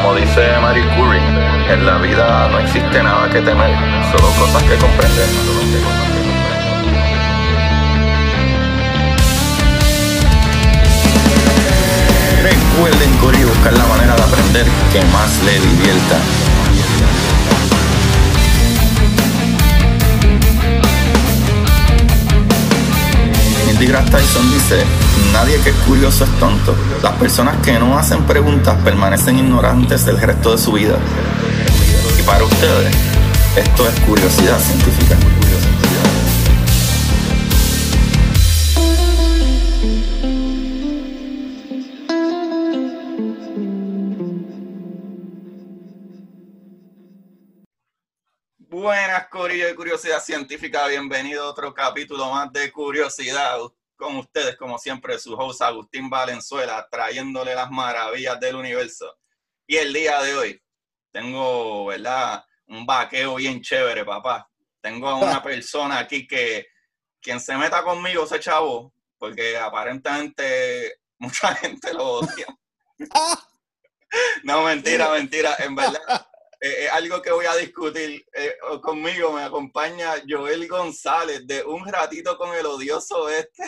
Como dice Marie Curie, en la vida no existe nada que temer, solo cosas que comprender. Recuerden, Cory, buscar la manera de aprender que más le divierta. Neil deGrasse Tyson dice: nadie que es curioso es tonto. Las personas que no hacen preguntas permanecen ignorantes del resto de su vida. Y para ustedes, esto es curiosidad científica. Buenas, corillo de Curiosidad Científica, bienvenido a otro capítulo más de Curiosidad. Con ustedes, como siempre, su host Agustín Valenzuela, trayéndole las maravillas del universo. Y el día de hoy tengo, ¿verdad?, un vaqueo bien chévere, papá. Tengo a una persona aquí que quien se meta conmigo se chavo, porque aparentemente mucha gente lo odia. No, mentira, en verdad. Es algo que voy a discutir. Conmigo me acompaña Joel González de Un Ratito con el Odioso Este.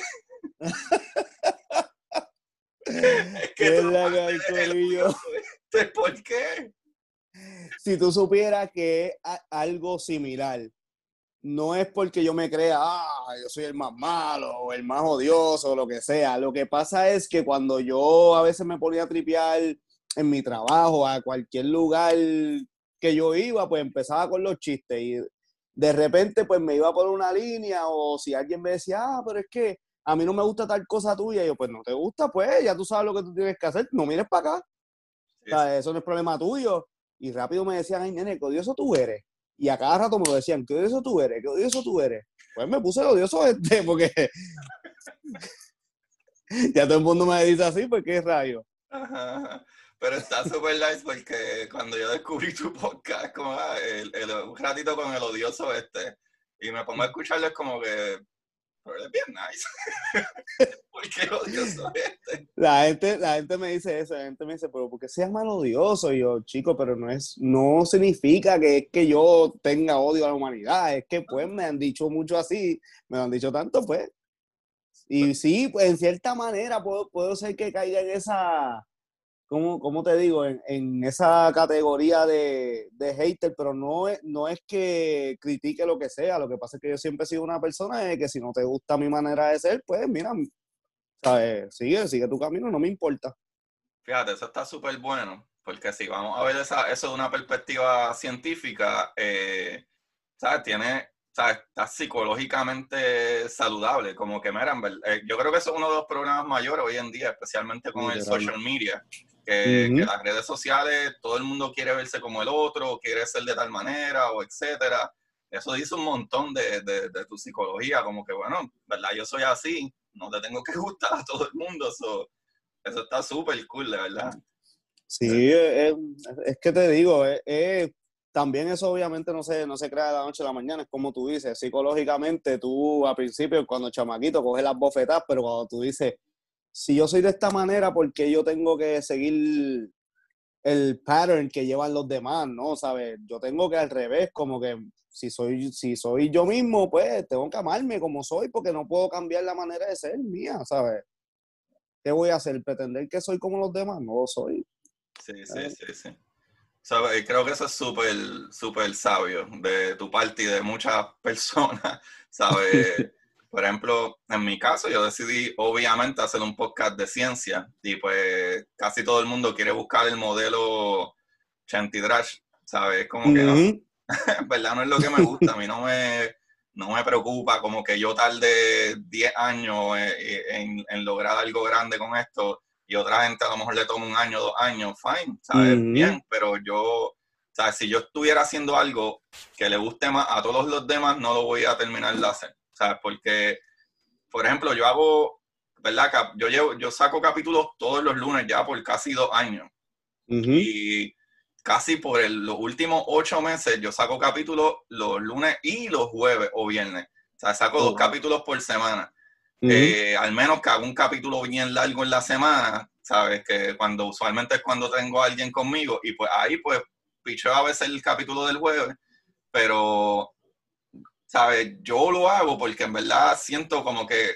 Es que tú la corillo. ¿Por qué? Si tú supieras que es algo similar, no es porque yo me crea, yo soy el más malo, o el más odioso, o lo que sea. Lo que pasa es que cuando yo a veces me ponía a tripear en mi trabajo, a cualquier lugar que yo iba, pues empezaba con los chistes y de repente pues me iba por una línea, o si alguien me decía, pero es que a mí no me gusta tal cosa tuya, y yo, pues no te gusta, pues ya tú sabes lo que tú tienes que hacer, no mires para acá. Sí. O sea, eso no es problema tuyo. Y rápido me decían, ay, nene, qué odioso tú eres. Y a cada rato me lo decían, qué odioso tú eres, qué odioso tú eres. Pues me puse el odioso porque ya todo el mundo me dice así, pues qué rayo. Ajá. Pero está súper nice porque cuando yo descubrí tu podcast, como Un Ratito con el Odioso Este, y me pongo a escucharlo, es como que, pero es bien nice. ¿Por qué odioso este? La gente me dice eso, la gente me dice, pero ¿por qué se llama odioso? Y yo, chico, pero no significa que es que yo tenga odio a la humanidad, es que pues me han dicho mucho así, me lo han dicho tanto, pues. Y sí, pues en cierta manera puedo ser que caiga en esa, ¿cómo te digo? En esa categoría de hater, pero no es que critique lo que sea. Lo que pasa es que yo siempre he sido una persona de que si no te gusta mi manera de ser, pues mira, ¿sabes? Sigue tu camino, no me importa. Fíjate, eso está súper bueno, porque si vamos a ver eso de una perspectiva científica, ¿sabes? Está psicológicamente saludable, como que, mira, yo creo que eso es uno de los problemas mayores hoy en día, especialmente con el social media, que las redes sociales, todo el mundo quiere verse como el otro, quiere ser de tal manera, o etcétera. Eso dice un montón de tu psicología, como que, bueno, ¿verdad? Yo soy así, no te tengo que gustar a todo el mundo, eso está súper cool, de verdad. Sí, es que te digo, también eso obviamente no se crea de la noche a la mañana, es como tú dices, psicológicamente tú al principio cuando chamaquito coges las bofetadas, pero cuando tú dices, si yo soy de esta manera, ¿por qué yo tengo que seguir el pattern que llevan los demás, no? ¿Sabes? Yo tengo que al revés, como que si soy yo mismo, pues tengo que amarme como soy, porque no puedo cambiar la manera de ser mía, ¿sabes? ¿Qué voy a hacer? ¿Pretender que soy como los demás? No lo soy. Sí. ¿Sabes? Creo que eso es súper, súper sabio de tu parte y de muchas personas, ¿sabes? Por ejemplo, en mi caso, yo decidí obviamente hacer un podcast de ciencia y pues casi todo el mundo quiere buscar el modelo Chanty Drash, ¿sabes? Como que no, en verdad no es lo que me gusta, a mí no me preocupa como que yo tarde 10 años en lograr algo grande con esto y otra gente a lo mejor le toma 1 año, 2 años, fine, ¿sabes? Bien, pero yo, ¿sabes? Si yo estuviera haciendo algo que le guste más a todos los demás, no lo voy a terminar de hacer, ¿sabes? Porque, por ejemplo, yo hago, ¿verdad? Yo saco capítulos todos los lunes ya por casi 2 años. Y casi por los últimos 8 meses yo saco capítulos los lunes y los jueves o viernes. O sea, saco 2 capítulos por semana. Al menos que haga un capítulo bien largo en la semana, ¿sabes? Que usualmente es cuando tengo a alguien conmigo y pues ahí pues picheo a veces el capítulo del jueves, pero, ¿sabes? Yo lo hago porque en verdad siento como que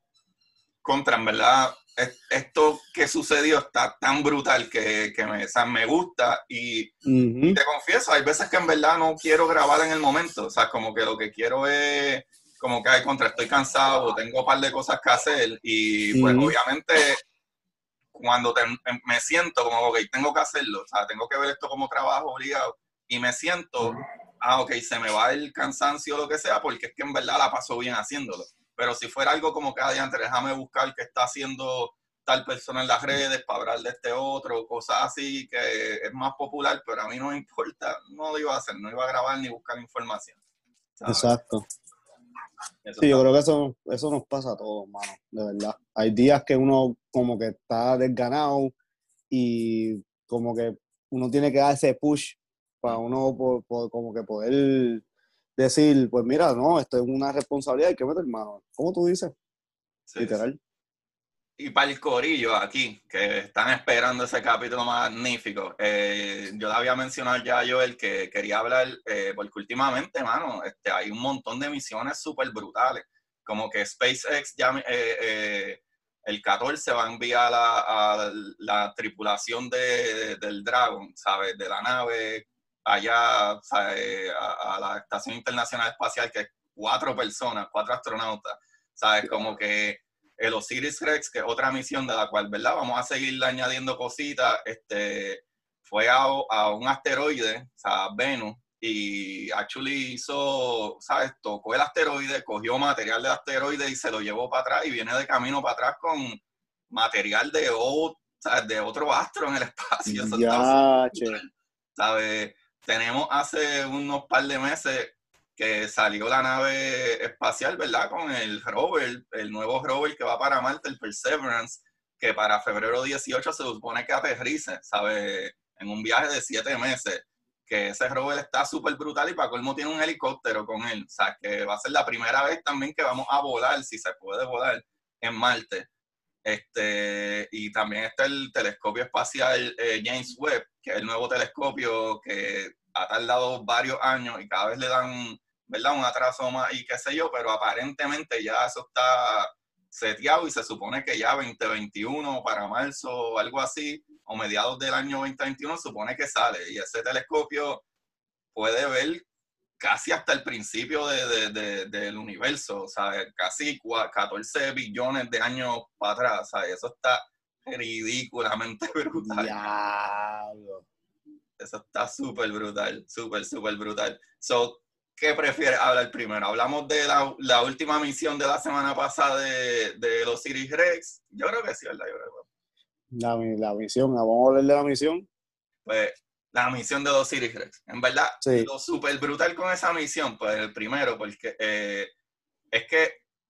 en verdad, esto que sucedió está tan brutal que o sea, me gusta y te confieso, hay veces que en verdad no quiero grabar en el momento, o sea, como que lo que quiero es como que estoy cansado, tengo un par de cosas que hacer y pues obviamente cuando me siento como, ok, tengo que hacerlo, o sea, tengo que ver esto como trabajo obligado y me siento, ok, se me va el cansancio o lo que sea, porque es que en verdad la paso bien haciéndolo. Pero si fuera algo como que adiante, déjame buscar qué está haciendo tal persona en las redes para hablar de este otro, cosas así que es más popular, pero a mí no me importa, no lo iba a hacer, no iba a grabar ni buscar información, ¿sabes? Exacto. Eso Sí, yo está creo que eso nos pasa a todos, mano, de verdad. Hay días que uno como que está desganado y como que uno tiene que dar ese push para uno como que poder decir, pues mira, no, esto es una responsabilidad, hay que meter mano. ¿Cómo tú dices? sí, sí. Literal. Y para el corillo aquí, que están esperando ese capítulo magnífico, yo le había mencionado ya a Joel que quería hablar, porque últimamente, mano, hay un montón de misiones súper brutales, como que SpaceX ya el 14 va a enviar a la tripulación del Dragon, ¿sabes? De la nave allá, ¿sabes? A la Estación Internacional Espacial, que es 4 personas, 4 astronautas, ¿sabes? Como que el Osiris Rex, que es otra misión de la cual, ¿verdad? Vamos a seguir añadiendo cositas. Fue a un asteroide, o sea, Venus, y actually hizo, ¿sabes? Tocó el asteroide, cogió material del asteroide y se lo llevó para atrás y viene de camino para atrás con material de otro astro en el espacio. Eso está Ya, che. ¿sabes? Tenemos hace unos par de meses que salió la nave espacial, ¿verdad? Con el rover, el nuevo rover que va para Marte, el Perseverance, que para febrero 18 se supone que aterrice, ¿sabes? En un viaje de 7 meses. Que ese rover está súper brutal y para colmo tiene un helicóptero con él. O sea, que va a ser la primera vez también que vamos a volar, si se puede volar, en Marte. Y también está el telescopio espacial James Webb, que es el nuevo telescopio que ha tardado varios años y cada vez le dan, ¿verdad?, un atraso más y qué sé yo, pero aparentemente ya eso está seteado y se supone que ya 2021 para marzo o algo así, o mediados del año 2021 supone que sale y ese telescopio puede ver casi hasta el principio del universo, o sea, casi 14 billones de años para atrás, o sea, eso está ridículamente brutal. Diablo. Eso está súper brutal, súper, súper brutal. So, ¿qué prefieres hablar primero? ¿Hablamos de la última misión de la semana pasada de los Osiris Rex? Yo creo que sí, ¿verdad? Yo creo que... La misión, vamos a hablar de la misión. Pues la misión de los Osiris Rex. En verdad, Sí. lo súper brutal con esa misión, pues el primero, porque es que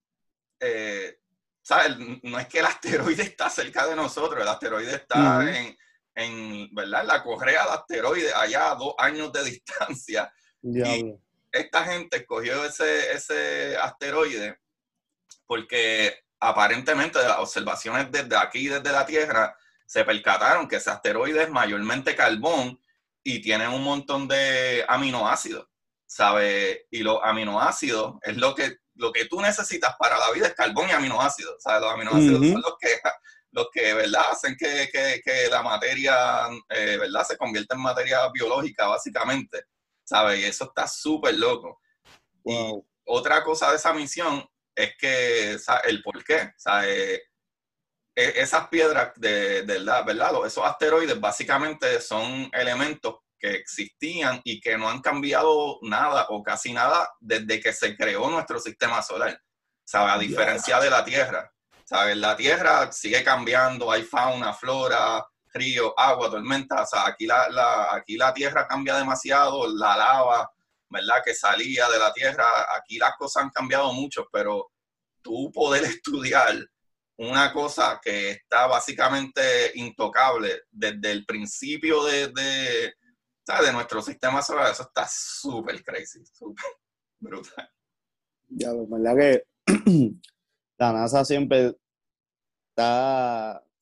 ¿sabes? No es que el asteroide está cerca de nosotros, el asteroide está ¿verdad? En la correa de asteroides, allá a 2 años de distancia. Y Diablo. esta gente escogió ese asteroide porque aparentemente de las observaciones desde aquí, desde la Tierra, se percataron que ese asteroide es mayormente carbón y tiene un montón de aminoácidos, ¿sabes? Y los aminoácidos es lo que tú necesitas para la vida, es carbón y aminoácidos, ¿sabes? Los aminoácidos son los que ¿verdad? Hacen que la materia, ¿verdad? Se convierta en materia biológica, básicamente, ¿sabes? Y eso está súper loco. Y Wow. otra cosa de esa misión es que, ¿sabes? El por qué, ¿sabes? Esas piedras ¿verdad? Esos asteroides básicamente son elementos que existían y que no han cambiado nada o casi nada desde que se creó nuestro sistema solar, ¿sabes? A diferencia de la Tierra, ¿sabes? La Tierra sigue cambiando, hay fauna, flora, río, agua, tormenta, o sea, aquí la Tierra cambia demasiado, la lava, ¿verdad? Que salía de la Tierra, aquí las cosas han cambiado mucho, pero tú poder estudiar una cosa que está básicamente intocable desde el principio ¿sabes? De nuestro sistema solar, eso está súper crazy, súper brutal. Diablo, ¿verdad que la NASA siempre está...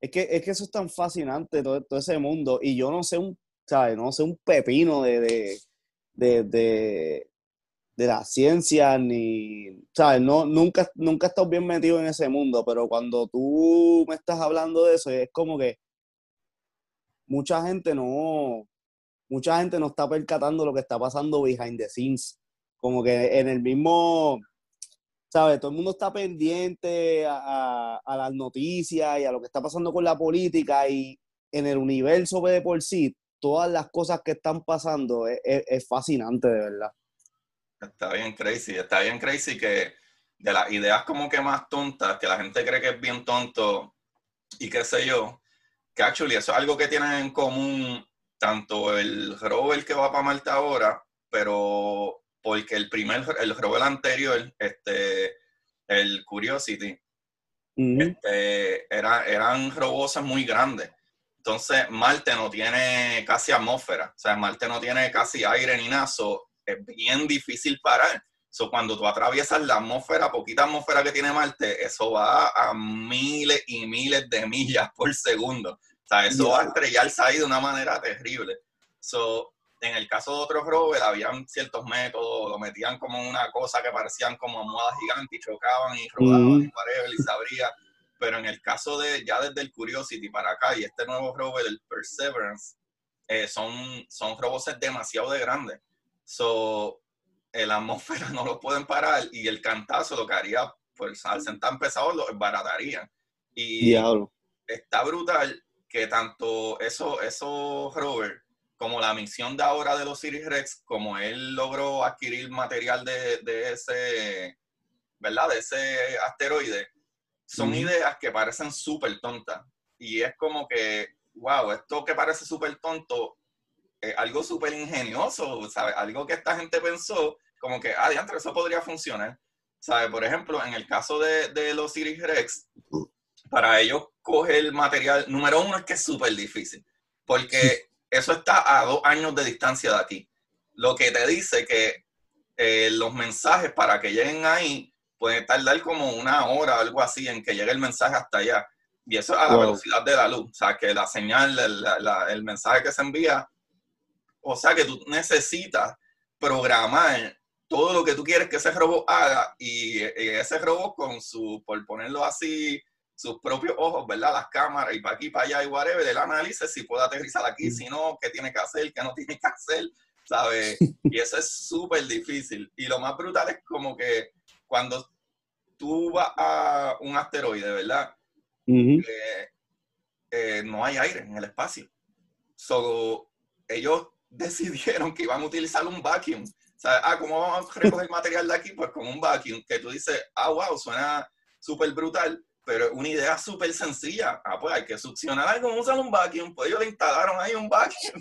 es que eso es tan fascinante, todo ese mundo, y yo no sé ¿sabes? No sé un pepino de, de, de la ciencia, ni, ¿sabes? No, nunca he estado bien metido en ese mundo, pero cuando tú me estás hablando de eso, es como que mucha gente no, mucha gente no está percatando lo que está pasando behind the scenes. Como que en el mismo, ¿sabes? Todo el mundo está pendiente a las noticias y a lo que está pasando con la política y en el universo de por sí, todas las cosas que están pasando es fascinante, de verdad. Está bien crazy que de las ideas como que más tontas, que la gente cree que es bien tonto y qué sé yo, que actually eso es algo que tienen en común tanto el rover que va para Marte ahora, pero porque el rover anterior, el Curiosity, Ujú. eran robots muy grandes. Entonces, Marte no tiene casi atmósfera, o sea, Marte no tiene casi aire ni nada, so, es bien difícil parar. So, cuando tú atraviesas la atmósfera, poquita atmósfera que tiene Marte, eso va a miles y miles de millas por segundo. O sea, eso va a Diablo. estrellarse ahí de una manera terrible. So, en el caso de otros rovers, habían ciertos métodos, lo metían como una cosa que parecían como almohadas gigantes y chocaban y rodaban y Ujú. whatever y se abría. Pero en el caso de ya desde el Curiosity para acá y este nuevo rover, el Perseverance, son robots demasiado de grandes. So, la atmósfera no lo pueden parar y el cantazo lo que haría, pues al ser tan pesado, lo baratarían. Y Diablo. está brutal que tanto eso Robert, como la misión de ahora de los Osiris Rex, como él logró adquirir material de ese, ¿verdad? De ese asteroide, son Ujú. ideas que parecen súper tontas. Y es como que, wow, esto que parece súper tonto, algo súper ingenioso, ¿sabes? Algo que esta gente pensó, como que, diantre, eso podría funcionar. ¿Sabes? Por ejemplo, en el caso de los Osiris Rex, para ellos coger material, número uno es que es súper difícil, porque eso está a 2 años de distancia de aquí. Lo que te dice que los mensajes para que lleguen ahí pueden tardar como 1 hora o algo así en que llegue el mensaje hasta allá. Y eso es a la Wow. velocidad de la luz. O sea, que la señal, el mensaje que se envía, o sea, que tú necesitas programar todo lo que tú quieres que ese robot haga y ese robot con por ponerlo así, sus propios ojos, ¿verdad? Las cámaras y para aquí, para allá y whatever, el análisis, si puede aterrizar aquí, si no, qué tiene que hacer, qué no tiene que hacer, ¿sabes? Y eso es súper difícil. Y lo más brutal es como que cuando tú vas a un asteroide, ¿verdad? Ujú. No hay aire en el espacio. So, ellos decidieron que iban a utilizar un vacuum. O sea, ¿cómo vamos a recoger material de aquí? Pues con un vacuum, que tú dices, wow, suena súper brutal, pero es una idea súper sencilla. Pues hay que succionar algo, vamos a usar un vacuum. Pues ellos le instalaron ahí un vacuum.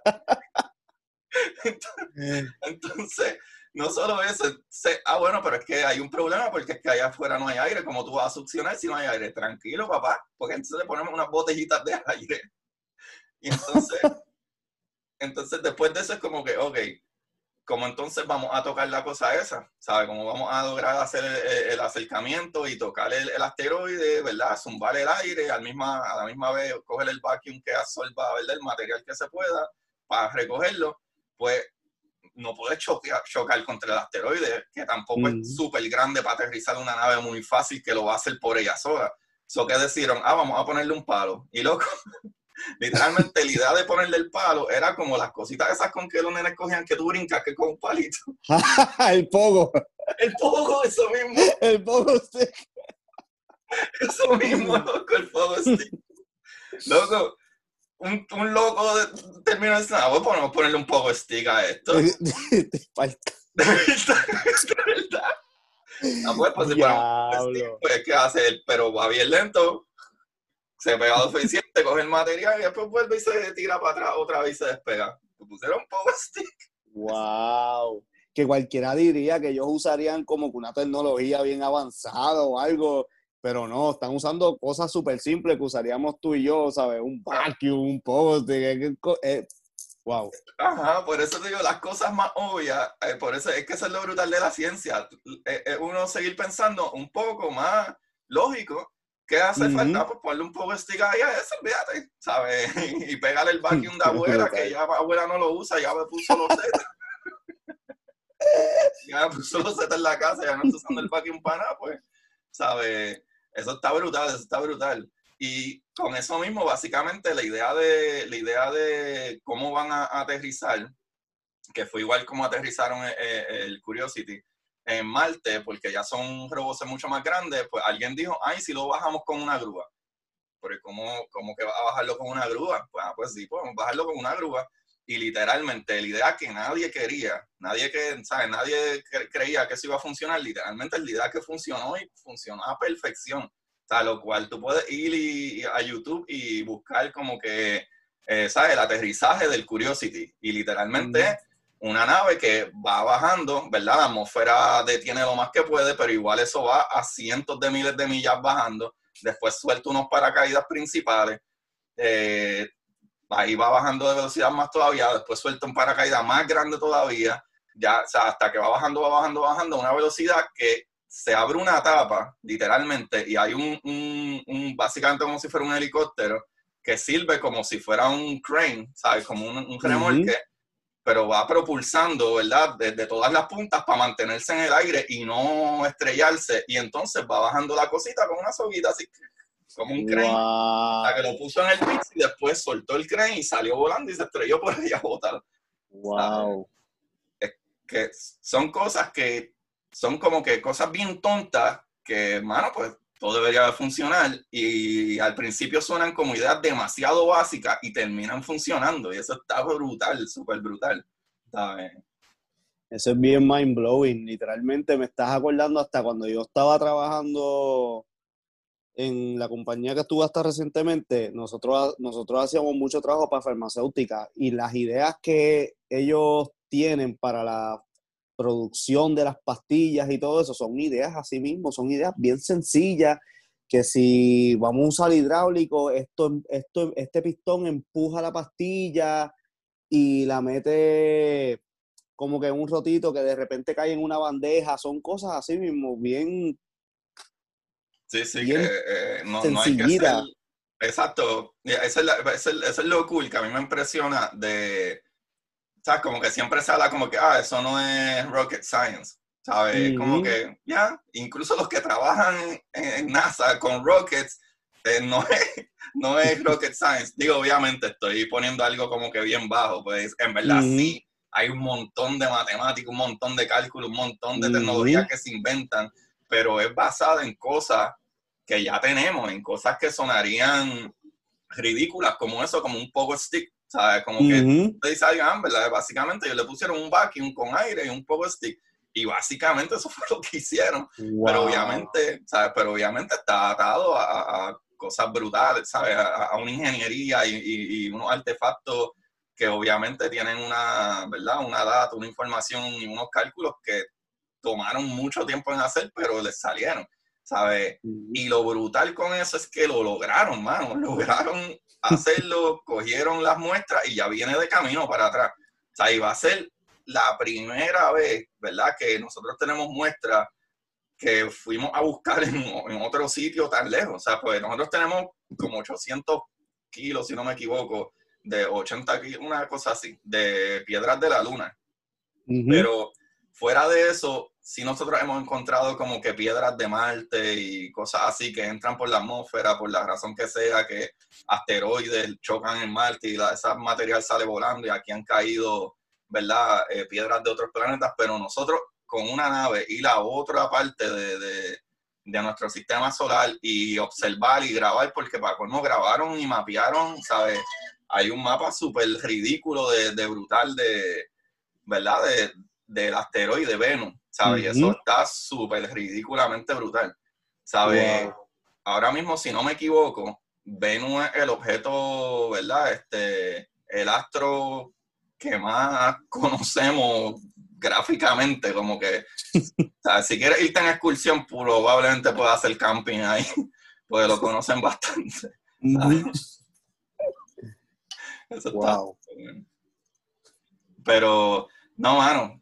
Entonces, no solo eso, bueno, pero es que hay un problema porque es que allá afuera no hay aire. ¿Cómo tú vas a succionar si no hay aire? Tranquilo, papá, porque entonces le ponemos unas botellitas de aire. Y entonces después de eso es como que, ok, como entonces vamos a tocar la cosa esa, ¿sabes? Cómo vamos a lograr hacer el acercamiento y tocar el asteroide, ¿verdad? Zumbar el aire, a la misma vez coger el vacuum que absorba, ¿verdad? El material que se pueda para recogerlo, pues no puede chocar contra el asteroide, que tampoco es Ujú. súper grande para aterrizar una nave muy fácil que lo va a hacer por ella sola. So que decidieron, vamos a ponerle un palo. Y loco, literalmente la idea de ponerle el palo era como las cositas esas con que los nenes cogían que tú brincas que con un palito. El pogo. El pogo, eso mismo, El pogo stick. eso mismo, loco, el pogo stick. Loco, un loco terminó diciendo, voy a ponerle un pogo stick a esto. Te falta. De verdad, de verdad. Pues si ponemos un stick, Diablo. pues ¿qué hace? Pero va bien lento, se pega lo suficiente, coge el material y después vuelve y se tira para atrás otra vez y se despega. Pues pusieron un pogo stick. Wow. Que cualquiera diría que ellos usarían como que una tecnología bien avanzada o algo, pero no, están usando cosas súper simples que usaríamos tú y yo, ¿sabes? Un vacuum, un poste, wow. Ajá, por eso te digo, las cosas más obvias, por eso es que eso es lo brutal de la ciencia, uno seguir pensando un poco más lógico ¿Qué hace falta? Ujú. Pues ponerle un poco de stick ahí a eso, olvídate, ¿sabes? Y pegarle el vacuum de abuela, que ya abuela no lo usa, ya me puso los setas. Ya me puso los setas en la casa, ya no está usando el vacuum para nada, pues, ¿sabes? Eso está brutal, eso está brutal. Y con eso mismo, básicamente, la idea de cómo van a aterrizar, que fue igual como aterrizaron el Curiosity en Marte, porque ya son robots mucho más grandes, pues alguien dijo, ay, si lo bajamos con una grúa. Pero ¿cómo que va a bajarlo con una grúa? Pues sí, podemos bajarlo con una grúa. Y literalmente, la idea que nadie quería, nadie creía que eso iba a funcionar, literalmente la idea que funcionó y funcionó a perfección. O sea, lo cual tú puedes ir a YouTube y buscar como que, ¿sabes? El aterrizaje del Curiosity. Y literalmente una nave que va bajando, ¿verdad? La atmósfera detiene lo más que puede, pero igual eso va a cientos de miles de millas bajando. Después suelta unos paracaídas principales, eh, ahí va bajando de velocidad más todavía, después suelta un paracaídas más grande todavía, ya, o sea, hasta que va bajando, a una velocidad que se abre una tapa, literalmente, y hay básicamente como si fuera un helicóptero, que sirve como si fuera un crane, ¿sabes? Como un remolque, pero va propulsando, ¿verdad? Desde todas las puntas para mantenerse en el aire y no estrellarse. Y entonces va bajando la cosita con una soguita así, como un crane. O sea, que lo Wow, puso en el piso y después soltó el crane y salió volando y se estrelló por ahí a botar. ¿Sabes? wow. Es que son cosas que son como que cosas bien tontas que, mano, pues todo debería de funcionar y al principio suenan como ideas demasiado básicas y terminan funcionando y eso está brutal, súper brutal, ¿sabes? Eso es bien mind blowing. Literalmente me estás acordando hasta cuando yo estaba trabajando en la compañía que estuve hasta recientemente. Nosotros hacíamos mucho trabajo para farmacéuticas y las ideas que ellos tienen para la producción de las pastillas y todo eso son ideas así mismo, son ideas bien sencillas, que si vamos a usar hidráulico, este pistón empuja la pastilla y la mete como que en un rotito que de repente cae en una bandeja, son cosas así mismo, bien, Sí, sí, que bien no hay que ser sencillitas. exacto. Eso es lo cool que a mí me impresiona de, ¿sabes? Como que siempre se habla como que, eso no es rocket science, ¿sabes? Como Ujú, que, ya, incluso los que trabajan en NASA con rockets, no es, no es rocket science. Digo, obviamente estoy poniendo algo como que bien bajo, pues en verdad ujú, sí, hay un montón de matemáticas, un montón de cálculos, un montón de tecnologías ujú, que se inventan, pero es basada en cosas que ya tenemos, en cosas que sonarían ridículas como eso, como un pogo stick, ¿sabes? Como que ujú. te dice, ¿verdad? Básicamente ellos le pusieron un vacuum con aire y un pogo stick y básicamente eso fue lo que hicieron, Wow. pero obviamente está atado a cosas brutales, ¿sabes? A una ingeniería y unos artefactos que obviamente tienen una, ¿verdad? Una data, una información y unos cálculos que tomaron mucho tiempo en hacer, pero les salieron, ¿sabes? Ujú. Y lo brutal con eso es que lo lograron, mano. Lograron hacerlo, cogieron las muestras y ya viene de camino para atrás. O sea, y va a ser la primera vez, ¿verdad? Que nosotros tenemos muestras que fuimos a buscar en otro sitio tan lejos. O sea, pues nosotros tenemos como 800 kilos, si no me equivoco, de 80 kilos, una cosa así, de piedras de la luna. Ujú. Pero fuera de eso, sí nosotros hemos encontrado como que piedras de Marte y cosas así que entran por la atmósfera, por la razón que sea, que asteroides chocan en Marte y ese material sale volando y aquí han caído, ¿verdad? Piedras de otros planetas, pero nosotros con una nave y la otra parte de nuestro sistema solar y observar y grabar, porque para cuando grabaron y mapearon, ¿sabes? Hay un mapa súper ridículo de brutal de, ¿verdad? Del asteroide Venus, ¿sabes? Y eso Ujú. está súper ridículamente brutal, ¿sabes? Wow. Ahora mismo, si no me equivoco, Venus es el objeto, ¿verdad? El astro que más conocemos gráficamente, como que, o sea, si quieres irte en excursión, probablemente puedas hacer camping ahí, porque lo conocen bastante, ¿sabes? Ujú. Eso está Wow. bueno. Pero, no, mano,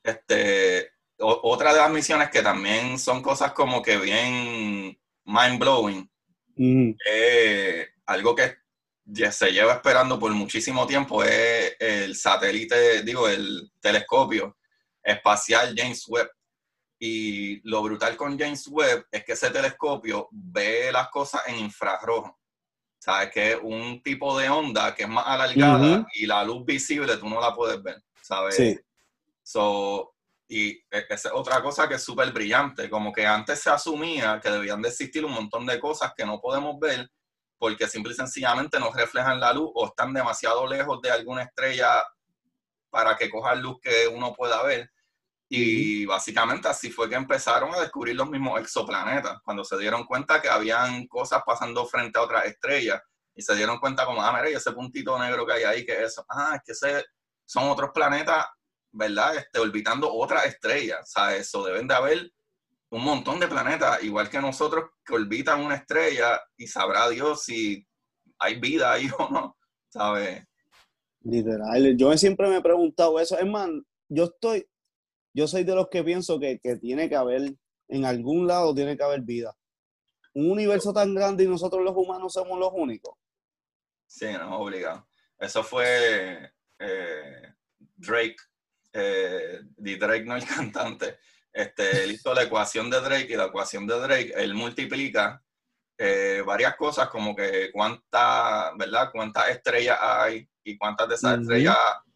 otra de las misiones que también son cosas como que bien mind blowing Algo que ya se lleva esperando por muchísimo tiempo es el satélite, digo, el telescopio espacial James Webb. Y lo brutal con James Webb es que ese telescopio ve las cosas en infrarrojo. ¿Sabes? Que es un tipo de onda que es más alargada Ujú. y la luz visible tú no la puedes ver, ¿sabes? Sí. So, y esa es otra cosa que es súper brillante, como que antes se asumía que debían de existir un montón de cosas que no podemos ver porque simple y sencillamente no reflejan la luz o están demasiado lejos de alguna estrella para que cojan luz que uno pueda ver. Ujú. Y básicamente así fue que empezaron a descubrir los mismos exoplanetas, cuando se dieron cuenta que habían cosas pasando frente a otras estrellas y se dieron cuenta como, mira, y ese puntito negro que hay ahí, que es eso, es que son otros planetas, ¿verdad? Orbitando otras estrellas, o sea, eso deben de haber un montón de planetas, igual que nosotros, que orbitan una estrella y sabrá Dios si hay vida ahí o no, ¿sabes? Literal. Yo siempre me he preguntado eso. Es más, yo soy de los que pienso que tiene que haber, en algún lado tiene que haber vida. Un universo tan grande y nosotros los humanos somos los únicos. Sí, no, obligado. Eso fue Drake, de Drake, no el cantante. Él hizo la ecuación de Drake y la ecuación de Drake, él multiplica varias cosas como que ¿verdad? Cuántas estrellas hay y cuántas de esas estrellas Ujú.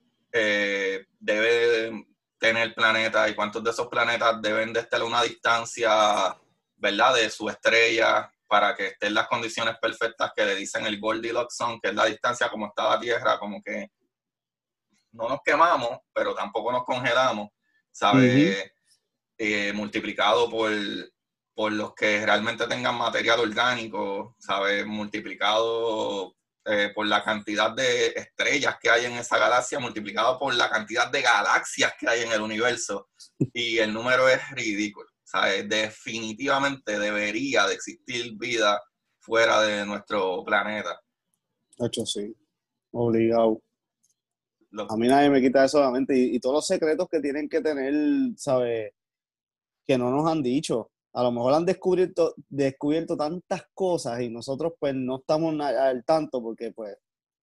debe tener el planeta y cuántos de esos planetas deben de estar a una distancia, ¿verdad? De su estrella para que estén las condiciones perfectas que le dicen el Goldilocks zone, que es la distancia como está la Tierra, como que no nos quemamos, pero tampoco nos congelamos, Ujú. ¿sabes? Multiplicado por los que realmente tengan material orgánico, ¿sabes? Multiplicado por la cantidad de estrellas que hay en esa galaxia, multiplicado por la cantidad de galaxias que hay en el universo. Y el número es ridículo, ¿sabes? Definitivamente debería de existir vida fuera de nuestro planeta. Hecho, sí. Obligado. Lo- A mí nadie me quita eso de la mente. Y todos los secretos que tienen que tener, ¿sabes? Que no nos han dicho. A lo mejor han descubierto tantas cosas y nosotros pues no estamos al tanto porque pues...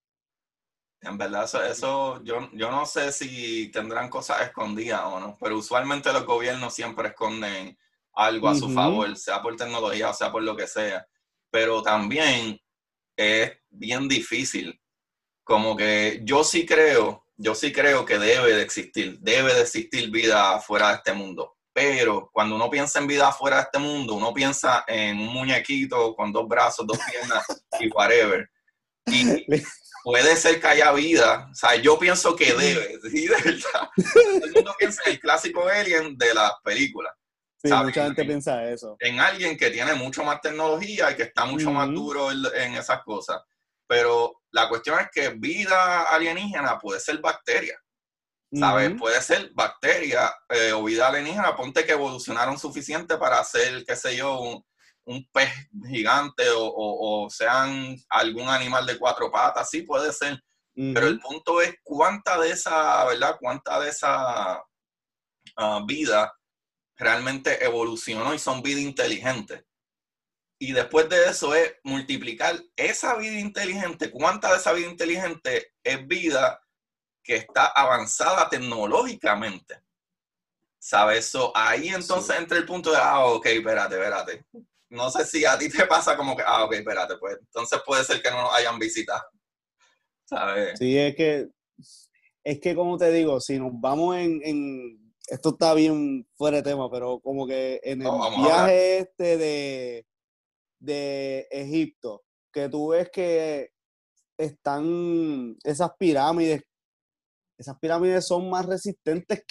En verdad, yo no sé si tendrán cosas escondidas o no, pero usualmente los gobiernos siempre esconden algo a su Ujú. favor, sea por tecnología o sea por lo que sea. Pero también es bien difícil. Como que yo sí creo que debe de existir vida fuera de este mundo. Pero cuando uno piensa en vida fuera de este mundo, uno piensa en un muñequito con dos brazos, dos piernas y whatever. Y puede ser que haya vida. O sea, yo pienso que debe, sí, de verdad. Todo el mundo piensa en el clásico Alien de las películas, Sí, ¿sabes? mucha gente piensa eso. En alguien que tiene mucho más tecnología y que está mucho más Ujú. duro en esas cosas. Pero la cuestión es que vida alienígena puede ser bacteria, ¿sabes? Ujú. Puede ser bacteria o vida alienígena. Ponte que evolucionaron suficiente para hacer, qué sé yo, un pez gigante o sean algún animal de cuatro patas, sí puede ser. Pero el Ujú. punto es cuánta de esa, ¿verdad? Cuánta de esa vida realmente evolucionó y son vida inteligente. Y después de eso es multiplicar esa vida inteligente, cuánta de esa vida inteligente es vida que está avanzada tecnológicamente. ¿Sabes? Eso ahí Sí. entonces entra el punto de, ok, espérate. No sé si a ti te pasa como que, ok, espérate, pues entonces puede ser que no nos hayan visitado, ¿sabes? Sí, es que como te digo, si nos vamos esto está bien fuera de tema, pero como que en No, el vamos a hablar. viaje este de Egipto, que tú ves que están esas pirámides son más resistentes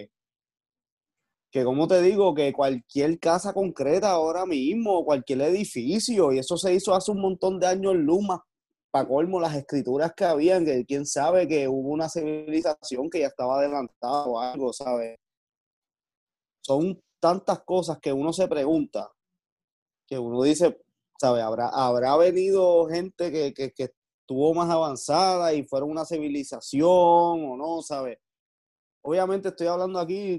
que como te digo, que cualquier casa concreta ahora mismo, cualquier edificio, y eso se hizo hace un montón de años luz, más para colmo las escrituras que habían, que quién sabe que hubo una civilización que ya estaba adelantada o algo, ¿sabes? Son tantas cosas que uno se pregunta, que uno dice, ¿sabes? Habrá venido gente que estuvo más avanzada y fueron una civilización o no, ¿sabes? Obviamente estoy hablando aquí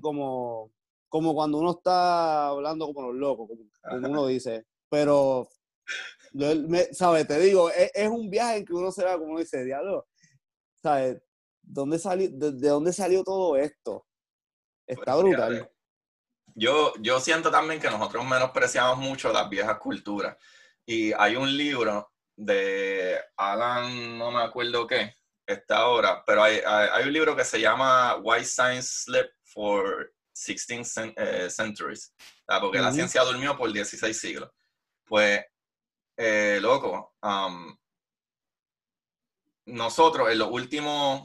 como cuando uno está hablando como los locos, como uno dice, pero ¿Sabes? Te digo, es un viaje en que uno se va, como dice, diablo, ¿sabes? ¿De dónde salió todo esto? Está Pues brutal. fíjate, yo siento también que nosotros menospreciamos mucho las viejas culturas. Y hay un libro de Alan, no me acuerdo qué, está ahora, pero hay un libro que se llama Why Science Slept for 16 Centuries, porque la Ujú. ciencia durmió por 16 siglos. Pues, loco, nosotros en los últimos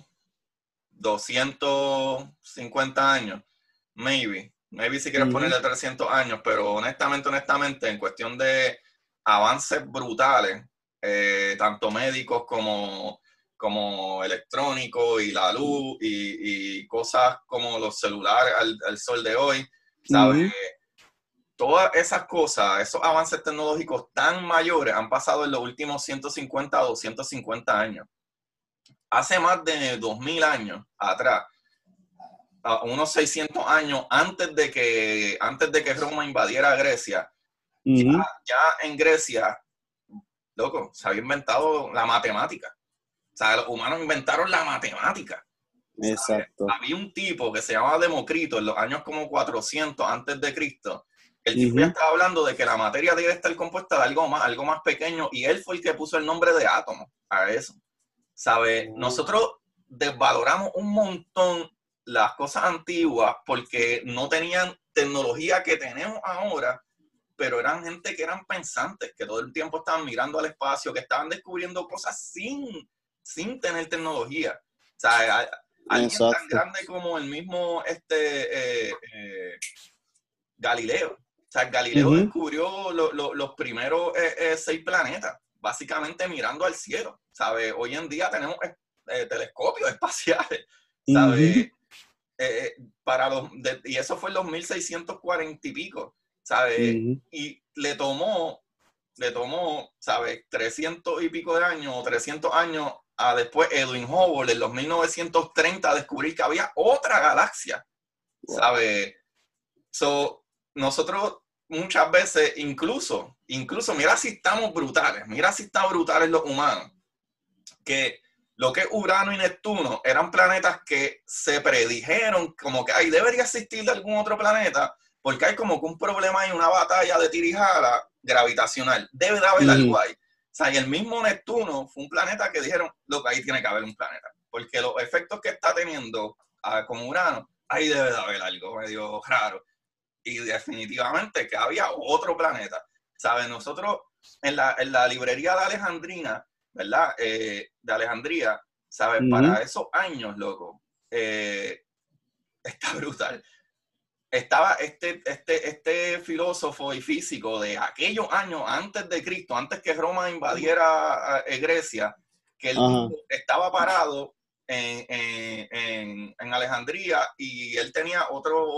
250 años, maybe si quieres Ujú. ponerle 300 años, pero honestamente, en cuestión de avances brutales, tanto médicos como electrónicos y la luz y cosas como los celulares al sol de hoy, ¿sabes? Ujú. Todas esas cosas, esos avances tecnológicos tan mayores han pasado en los últimos 150 o 250 años. Hace más de 2000 años atrás, unos 600 años antes de que Roma invadiera Grecia, ya, Ujú. ya en Grecia, loco, se había inventado la matemática. O sea, los humanos inventaron la matemática. ¿Sabes? Exacto. Había un tipo que se llamaba Democrito en los años como 400 antes de Cristo. El tipo ya Ujú. estaba hablando de que la materia debe estar compuesta de algo más pequeño, y él fue el que puso el nombre de átomo a eso. ¿Sabe? Nosotros desvaloramos un montón las cosas antiguas porque no tenían tecnología que tenemos ahora, pero eran gente que eran pensantes, que todo el tiempo estaban mirando al espacio, que estaban descubriendo cosas sin tener tecnología. O sea, alguien tan Exacto. grande como el mismo Galileo. O sea, Galileo Ujú. descubrió los primeros 6 planetas, básicamente mirando al cielo. ¿Sabe? Hoy en día tenemos telescopios espaciales, Ujú. ¿sabe? Y eso fue en los 1640 y pico, ¿sabe? Ujú. Y le tomó, ¿sabes? 300 y pico de años, o 300 años a después Edwin Hubble en los 1930 a descubrir que había otra galaxia, Wow. ¿sabe? So, nosotros muchas veces, incluso, mira si estamos brutales, mira si están brutales los humanos, que lo que es Urano y Neptuno eran planetas que se predijeron como que ahí debería existir algún otro planeta, porque hay como que un problema y una batalla de tirijala gravitacional. Debe de haber algo Ujú. ahí. O sea, y el mismo Neptuno fue un planeta que dijeron, lo que ahí tiene que haber un planeta, porque los efectos que está teniendo con Urano, ahí debe de haber algo medio raro. Y definitivamente que había otro planeta. ¿Sabes? Nosotros en la librería de Alejandrina, ¿verdad? De Alejandría, ¿sabes? Ujú. Para esos años, loco, está brutal. Estaba este filósofo y físico de aquellos años antes de Cristo, antes que Roma invadiera Grecia, que el Ajá. tipo estaba parado en Alejandría, y él tenía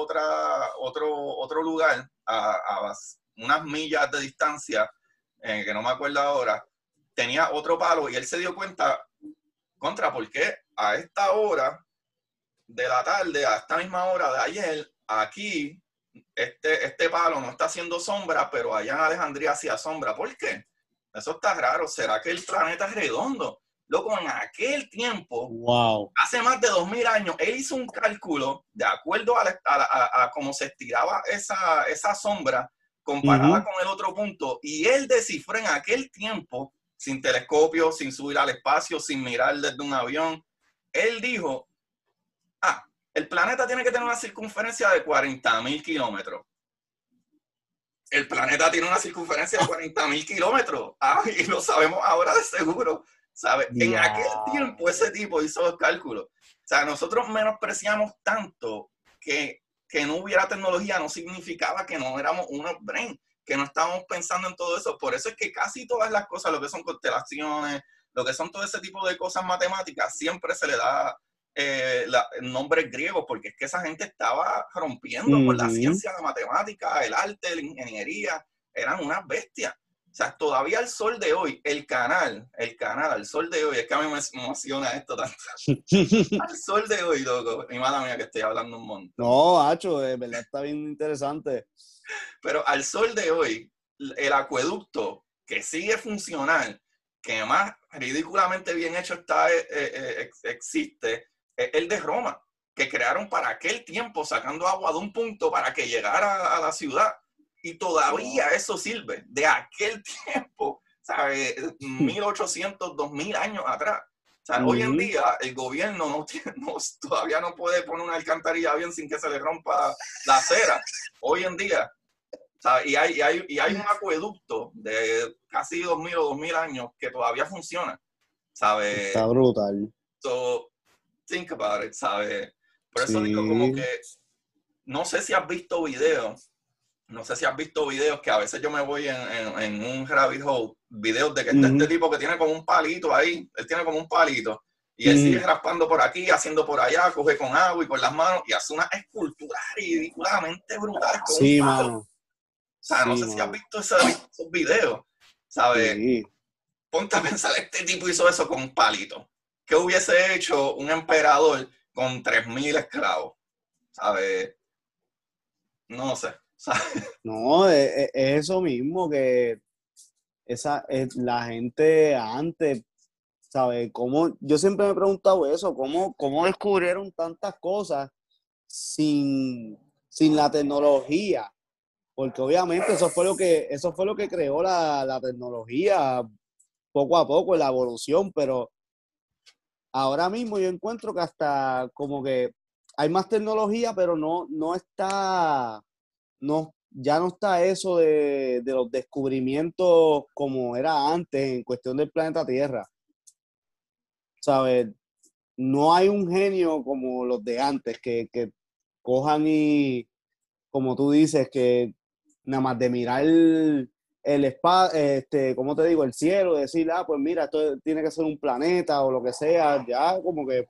otro lugar a unas millas de distancia, que no me acuerdo ahora, tenía otro palo, y él se dio cuenta, ¿por qué a esta hora de la tarde, a esta misma hora de ayer, aquí este palo no está haciendo sombra, pero allá en Alejandría hacía sombra? ¿Por qué? Eso está raro. ¿Será que el planeta es redondo? Loco, en aquel tiempo, Wow. hace más de 2000 años, él hizo un cálculo de acuerdo a cómo se estiraba esa sombra comparada Ujú. con el otro punto, y él descifró en aquel tiempo, sin telescopio, sin subir al espacio, sin mirar desde un avión. Él dijo, el planeta tiene que tener una circunferencia de 40.000 kilómetros. El planeta tiene una circunferencia de 40.000 kilómetros. Y lo sabemos ahora de seguro. ¿Sabe? En aquel tiempo ese Diablo. tipo hizo los cálculos. O sea, nosotros menospreciamos tanto que no hubiera tecnología, no significaba que no éramos unos brain, que no estábamos pensando en todo eso. Por eso es que casi todas las cosas, lo que son constelaciones, lo que son todo ese tipo de cosas matemáticas, siempre se le da nombres griegos, porque es que esa gente estaba rompiendo con la Ujú. ciencia, la matemática, el arte, la ingeniería. Eran unas bestias. O sea, todavía al sol de hoy, el canal al sol de hoy, es que a mí me emociona esto tanto. Al sol de hoy, loco, y mala mía que estoy hablando un montón. No, Hacho, de verdad está bien interesante. Pero al sol de hoy, el acueducto que sigue funcional, que más ridículamente bien hecho existe, es el de Roma, que crearon para aquel tiempo sacando agua de un punto para que llegara a la ciudad. Y todavía eso sirve, de aquel tiempo, ¿sabes? 1800, 2000 años atrás. O sea, hoy en día el gobierno todavía no puede poner una alcantarilla bien sin que se le rompa la acera. Hoy en día, ¿sabes? Y hay un acueducto de casi 2000 o 2000 años que todavía funciona, ¿sabes? Está brutal. So, think about it, ¿sabes? Por eso Sí. digo como que, no sé si has visto videos, que a veces yo me voy en un rabbit hole, videos de que este tipo que tiene como un palito ahí, él tiene como un palito, y él sigue raspando por aquí, haciendo por allá, coge con agua y con las manos, y hace una escultura ridículamente brutal con un palo. Mano. O sea, no sé si has visto esos videos, ¿sabes? Sí. Ponte a pensar, este tipo hizo eso con un palito. ¿Qué hubiese hecho un emperador con 3000 esclavos? ¿Sabes? No sé. ¿Sabes? No, es eso mismo que la gente antes, ¿sabes? Yo siempre me he preguntado eso, ¿cómo descubrieron tantas cosas sin la tecnología? Porque obviamente eso fue lo que creó la tecnología poco a poco, la evolución, pero ahora mismo yo encuentro que hasta como que hay más tecnología, pero no está, ya no está eso de los descubrimientos como era antes en cuestión del planeta Tierra. ¿Sabes? No hay un genio como los de antes que cojan y, como tú dices, que nada más de mirar el espacio, ¿cómo te digo? El cielo, decir, pues mira, esto tiene que ser un planeta o lo que sea, ya como que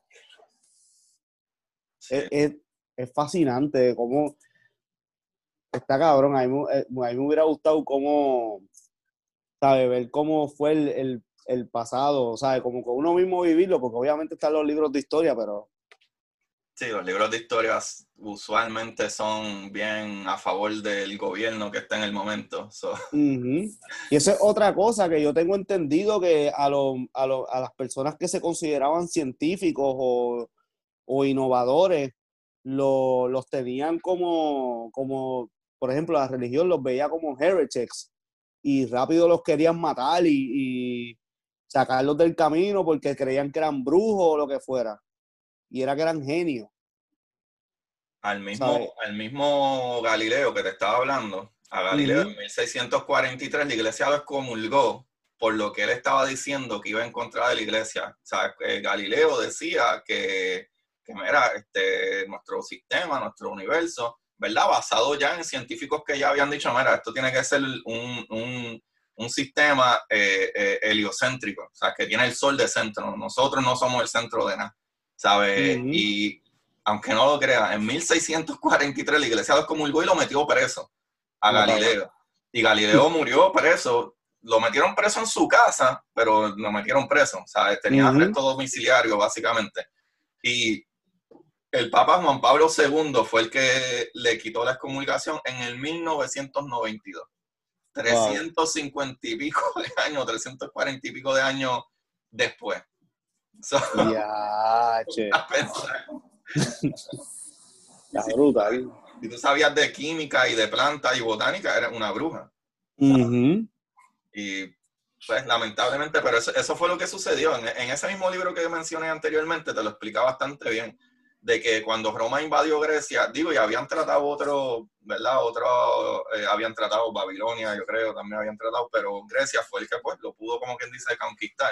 Sí. es fascinante, como está cabrón, a mí me hubiera gustado cómo, ¿sabes? Ver cómo fue el pasado, ¿sabes? Como que uno mismo vivirlo, porque obviamente están los libros de historia, pero... Sí, los libros de historias usualmente son bien a favor del gobierno que está en el momento. So. Y eso es otra cosa que yo tengo entendido que a las personas que se consideraban científicos o innovadores, los tenían como, por ejemplo, la religión los veía como heretics y rápido los querían matar y sacarlos del camino porque creían que eran brujos o lo que fuera. Y era que eran genios. Al mismo Galileo que te estaba hablando, a Galileo en 1643 la iglesia lo excomulgó por lo que él estaba diciendo que iba en contra de la iglesia. O sea, Galileo decía que mira, nuestro sistema, nuestro universo, ¿verdad? Basado ya en científicos que ya habían dicho, mira, esto tiene que ser un sistema heliocéntrico, o sea, que tiene el sol de centro. Nosotros no somos el centro de nada, ¿sabes? Y aunque no lo crean, en 1643 la iglesia lo excomulgó y lo metió preso a Galileo. Y Galileo murió preso. Lo metieron preso en su casa, pero lo metieron preso. O sea, tenía arresto domiciliario, básicamente. Y el Papa Juan Pablo II fue el que le quitó la excomulgación en el 1992. 350 y pico de años, 340 y pico de años después. So, che. Está brutal. Si tú sabías de química y de planta y botánica, eres una bruja. Y pues lamentablemente, pero eso fue lo que sucedió. En ese mismo libro que mencioné anteriormente, te lo explica bastante bien, de que cuando Roma invadió Grecia, y habían tratado ¿verdad? Habían tratado Babilonia, yo creo, también habían tratado, pero Grecia fue el que pues lo pudo, como quien dice, conquistar.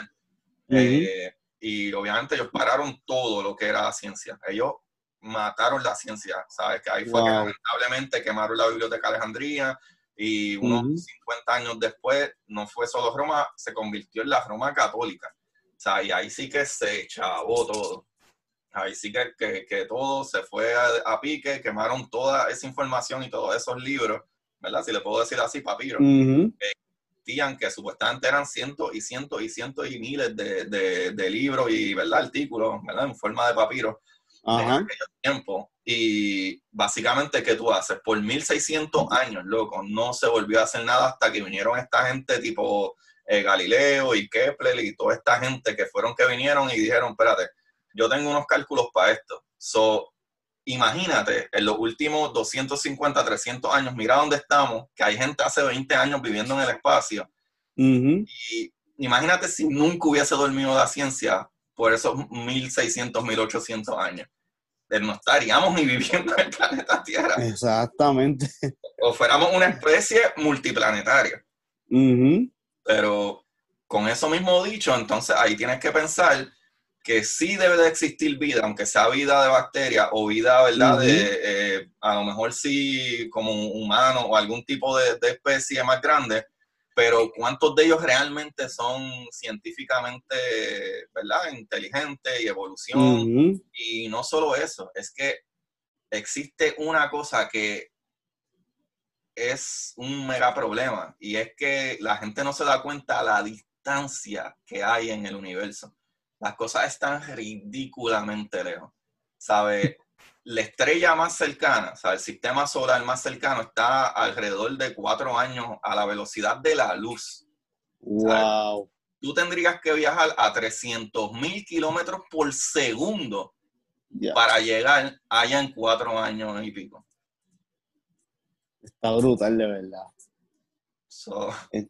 Y obviamente ellos pararon todo lo que era ciencia. Ellos mataron la ciencia, ¿sabes? Que ahí fue que lamentablemente quemaron la Biblioteca de Alejandría y unos 50 años después no fue solo Roma, se convirtió en la Roma católica. O sea, y ahí sí que se chavó todo. Ahí sí que todo se fue a pique, quemaron toda esa información y todos esos libros, ¿verdad? Si le puedo decir así, papiros. Que supuestamente eran cientos y cientos y cientos y miles de libros y, ¿verdad? Artículos, ¿verdad? En forma de papiro. en Ajá. aquel tiempo. Y básicamente, ¿qué tú haces? Por 1600 años, loco, no se volvió a hacer nada hasta que vinieron esta gente tipo Galileo y Kepler y toda esta gente que vinieron y dijeron, espérate, yo tengo unos cálculos para esto. So, imagínate, en los últimos 250, 300 años, mira dónde estamos, que hay gente hace 20 años viviendo en el espacio. Uh-huh. Y imagínate si nunca hubiese dormido la ciencia por esos 1600, 1800 años. No estaríamos ni viviendo en el planeta Tierra. Exactamente. O fuéramos una especie multiplanetaria. Uh-huh. Pero con eso mismo dicho, entonces ahí tienes que pensar que sí debe de existir vida, aunque sea vida de bacteria o vida, ¿verdad? Uh-huh. A lo mejor sí como un humano o algún tipo de especie más grande, pero ¿cuántos de ellos realmente son científicamente, ¿verdad? Inteligentes y evolución? Uh-huh. Y no solo eso, es que existe una cosa que es un mega problema y es que la gente no se da cuenta de la distancia que hay en el universo. Las cosas están ridículamente lejos. ¿Sabe? La estrella más cercana, o sea, el sistema solar más cercano está alrededor de 4 años a la velocidad de la luz. ¿Sabes? Wow. Tú tendrías que viajar a 300,000 kilómetros por segundo Ya. para llegar allá en 4 años y pico. Está brutal, de verdad. So, Es,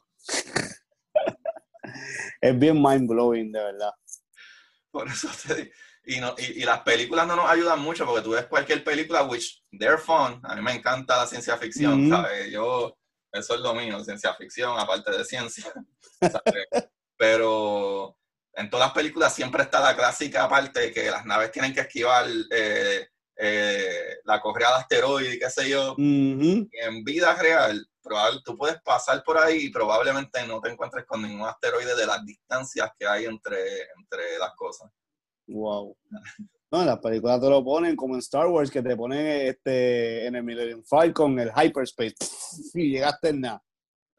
es bien mind blowing, de verdad. por eso te digo. Y las películas no nos ayudan mucho porque tú ves cualquier película, which they're fun. A mí me encanta la ciencia ficción, Uh-huh. ¿sabes? Eso es lo mío, ciencia ficción, aparte de ciencia, ¿sabes? Pero en todas las películas siempre está la clásica parte que las naves tienen que esquivar la correa de asteroides y qué sé yo. Uh-huh. Y en vida real, tú puedes pasar por ahí y probablemente no te encuentres con ningún asteroide de las distancias que hay entre las cosas. Wow. No, en las películas te lo ponen como en Star Wars, que te ponen en el Millennium Falcon, el hyperspace, y llegaste en nada.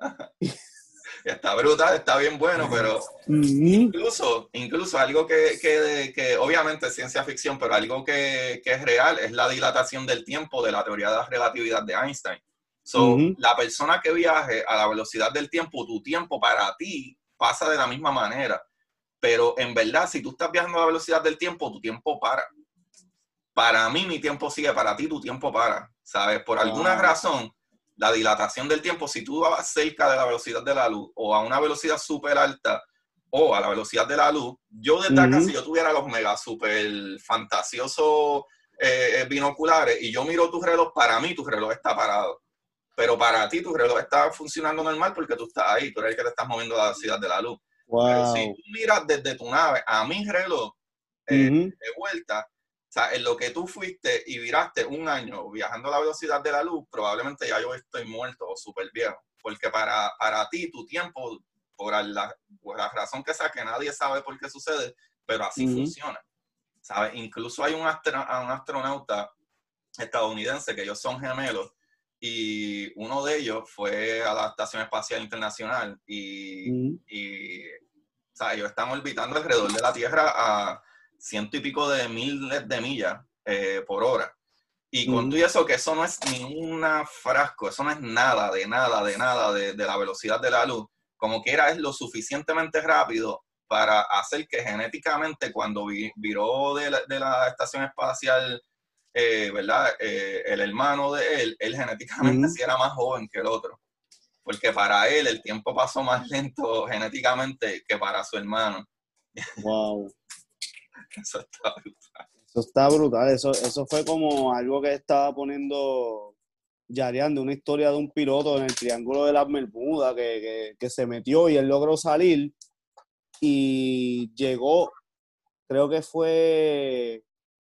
Está brutal, está bien bueno, pero Uh-huh. incluso algo que obviamente es ciencia ficción, pero algo que es real es la dilatación del tiempo de la teoría de la relatividad de Einstein. So, Uh-huh. la persona que viaje a la velocidad del tiempo, tu tiempo para ti pasa de la misma manera. Pero en verdad, si tú estás viajando a la velocidad del tiempo, tu tiempo para. Para mí, mi tiempo sigue, para ti, tu tiempo para. ¿Sabes? Por alguna Wow. razón, la dilatación del tiempo, si tú vas cerca de la velocidad de la luz o a una velocidad súper alta o a la velocidad de la luz, yo desde acá, Uh-huh. si yo tuviera los mega súper fantasiosos binoculares y yo miro tu reloj, para mí tu reloj está parado. Pero para ti tu reloj está funcionando normal porque tú estás ahí, tú eres el que te estás moviendo a la velocidad de la luz. Pero si Wow. tú miras desde tu nave a mi reloj Uh-huh. de vuelta, o sea, en lo que tú fuiste y viraste un año viajando a la velocidad de la luz, probablemente ya yo estoy muerto o súper viejo. Porque para ti, tu tiempo, por la razón que sea, que nadie sabe por qué sucede, pero así Uh-huh. funciona. ¿Sabes? Incluso hay un astronauta estadounidense que ellos son gemelos y uno de ellos fue a la Estación Espacial Internacional Uh-huh. y o sea, ellos están orbitando alrededor de la Tierra a ciento y pico de miles de millas por hora. Y con todo Uh-huh. eso, que eso no es ni un frasco, eso no es nada, de la velocidad de la luz. Como quiera, es lo suficientemente rápido para hacer que genéticamente, cuando viró de la estación espacial, ¿verdad? El hermano de él genéticamente Uh-huh. sí era más joven que el otro. Porque para él el tiempo pasó más lento genéticamente que para su hermano. Wow. Eso está Eso está brutal. Eso fue como algo que estaba poniendo Yarian, de una historia de un piloto en el Triángulo de las Bermudas que se metió y él logró salir y llegó, creo que fue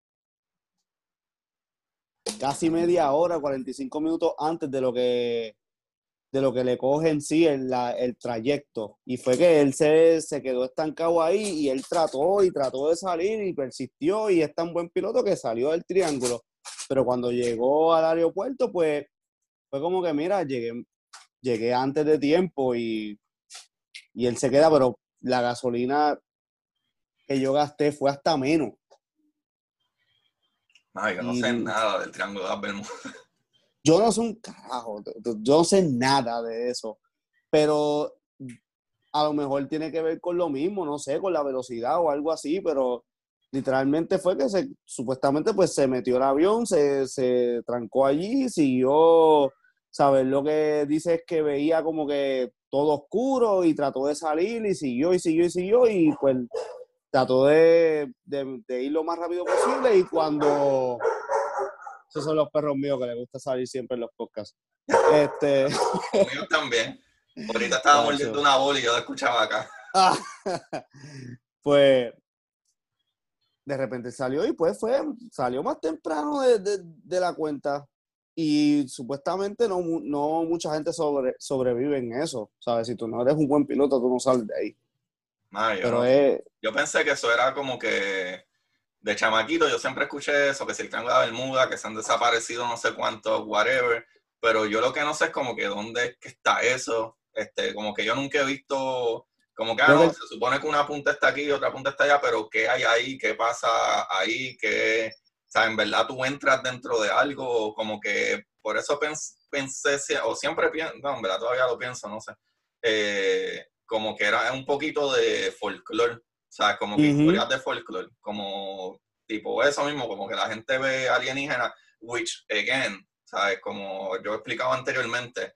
casi media hora, 45 minutos antes de lo que le coge en sí el trayecto. Y fue que él se quedó estancado ahí y él trató de salir y persistió y es tan buen piloto que salió del triángulo. Pero cuando llegó al aeropuerto, pues fue como que, mira, llegué antes de tiempo y él se queda, pero la gasolina que yo gasté fue hasta menos. No, yo no sé Y nada del Triángulo de las Bermudas. yo no sé un carajo, yo no sé nada de eso, pero a lo mejor tiene que ver con lo mismo, no sé, con la velocidad o algo así, pero literalmente fue que supuestamente pues se metió el avión, se trancó allí, siguió, ¿sabes? Lo que dice es que veía como que todo oscuro y trató de salir y siguió y siguió y siguió y pues trató de ir lo más rápido posible y cuando... Esos son los perros míos que les gusta salir siempre en los podcasts. Los míos también. Ahorita estaba mordiendo una bola y yo la escuchaba acá. Pues de repente salió y pues salió más temprano de la cuenta y supuestamente no mucha gente sobrevive en eso, ¿sabes? Si tú no eres un buen piloto, tú no sales de ahí. No, Pero yo pensé que eso era como que de chamaquito, yo siempre escuché eso, que si el Triángulo de la Bermuda, que se han desaparecido no sé cuántos, whatever, pero yo lo que no sé es como que dónde es que está eso, como que yo nunca he visto, como que, no, se supone que una punta está aquí y otra punta está allá, pero ¿qué hay ahí? ¿Qué pasa ahí? ¿Qué, o sea, en verdad tú entras dentro de algo? Como que por eso pensé, o siempre pienso, no, en verdad todavía lo pienso, no sé, como que era un poquito de folclore. O sea, como que historias de folclore, como tipo eso mismo, como que la gente ve alienígenas, which, again, ¿sabes? Como yo he explicado anteriormente,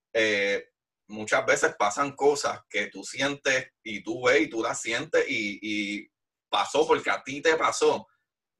muchas veces pasan cosas que tú sientes y tú ves y tú las sientes y pasó porque a ti te pasó.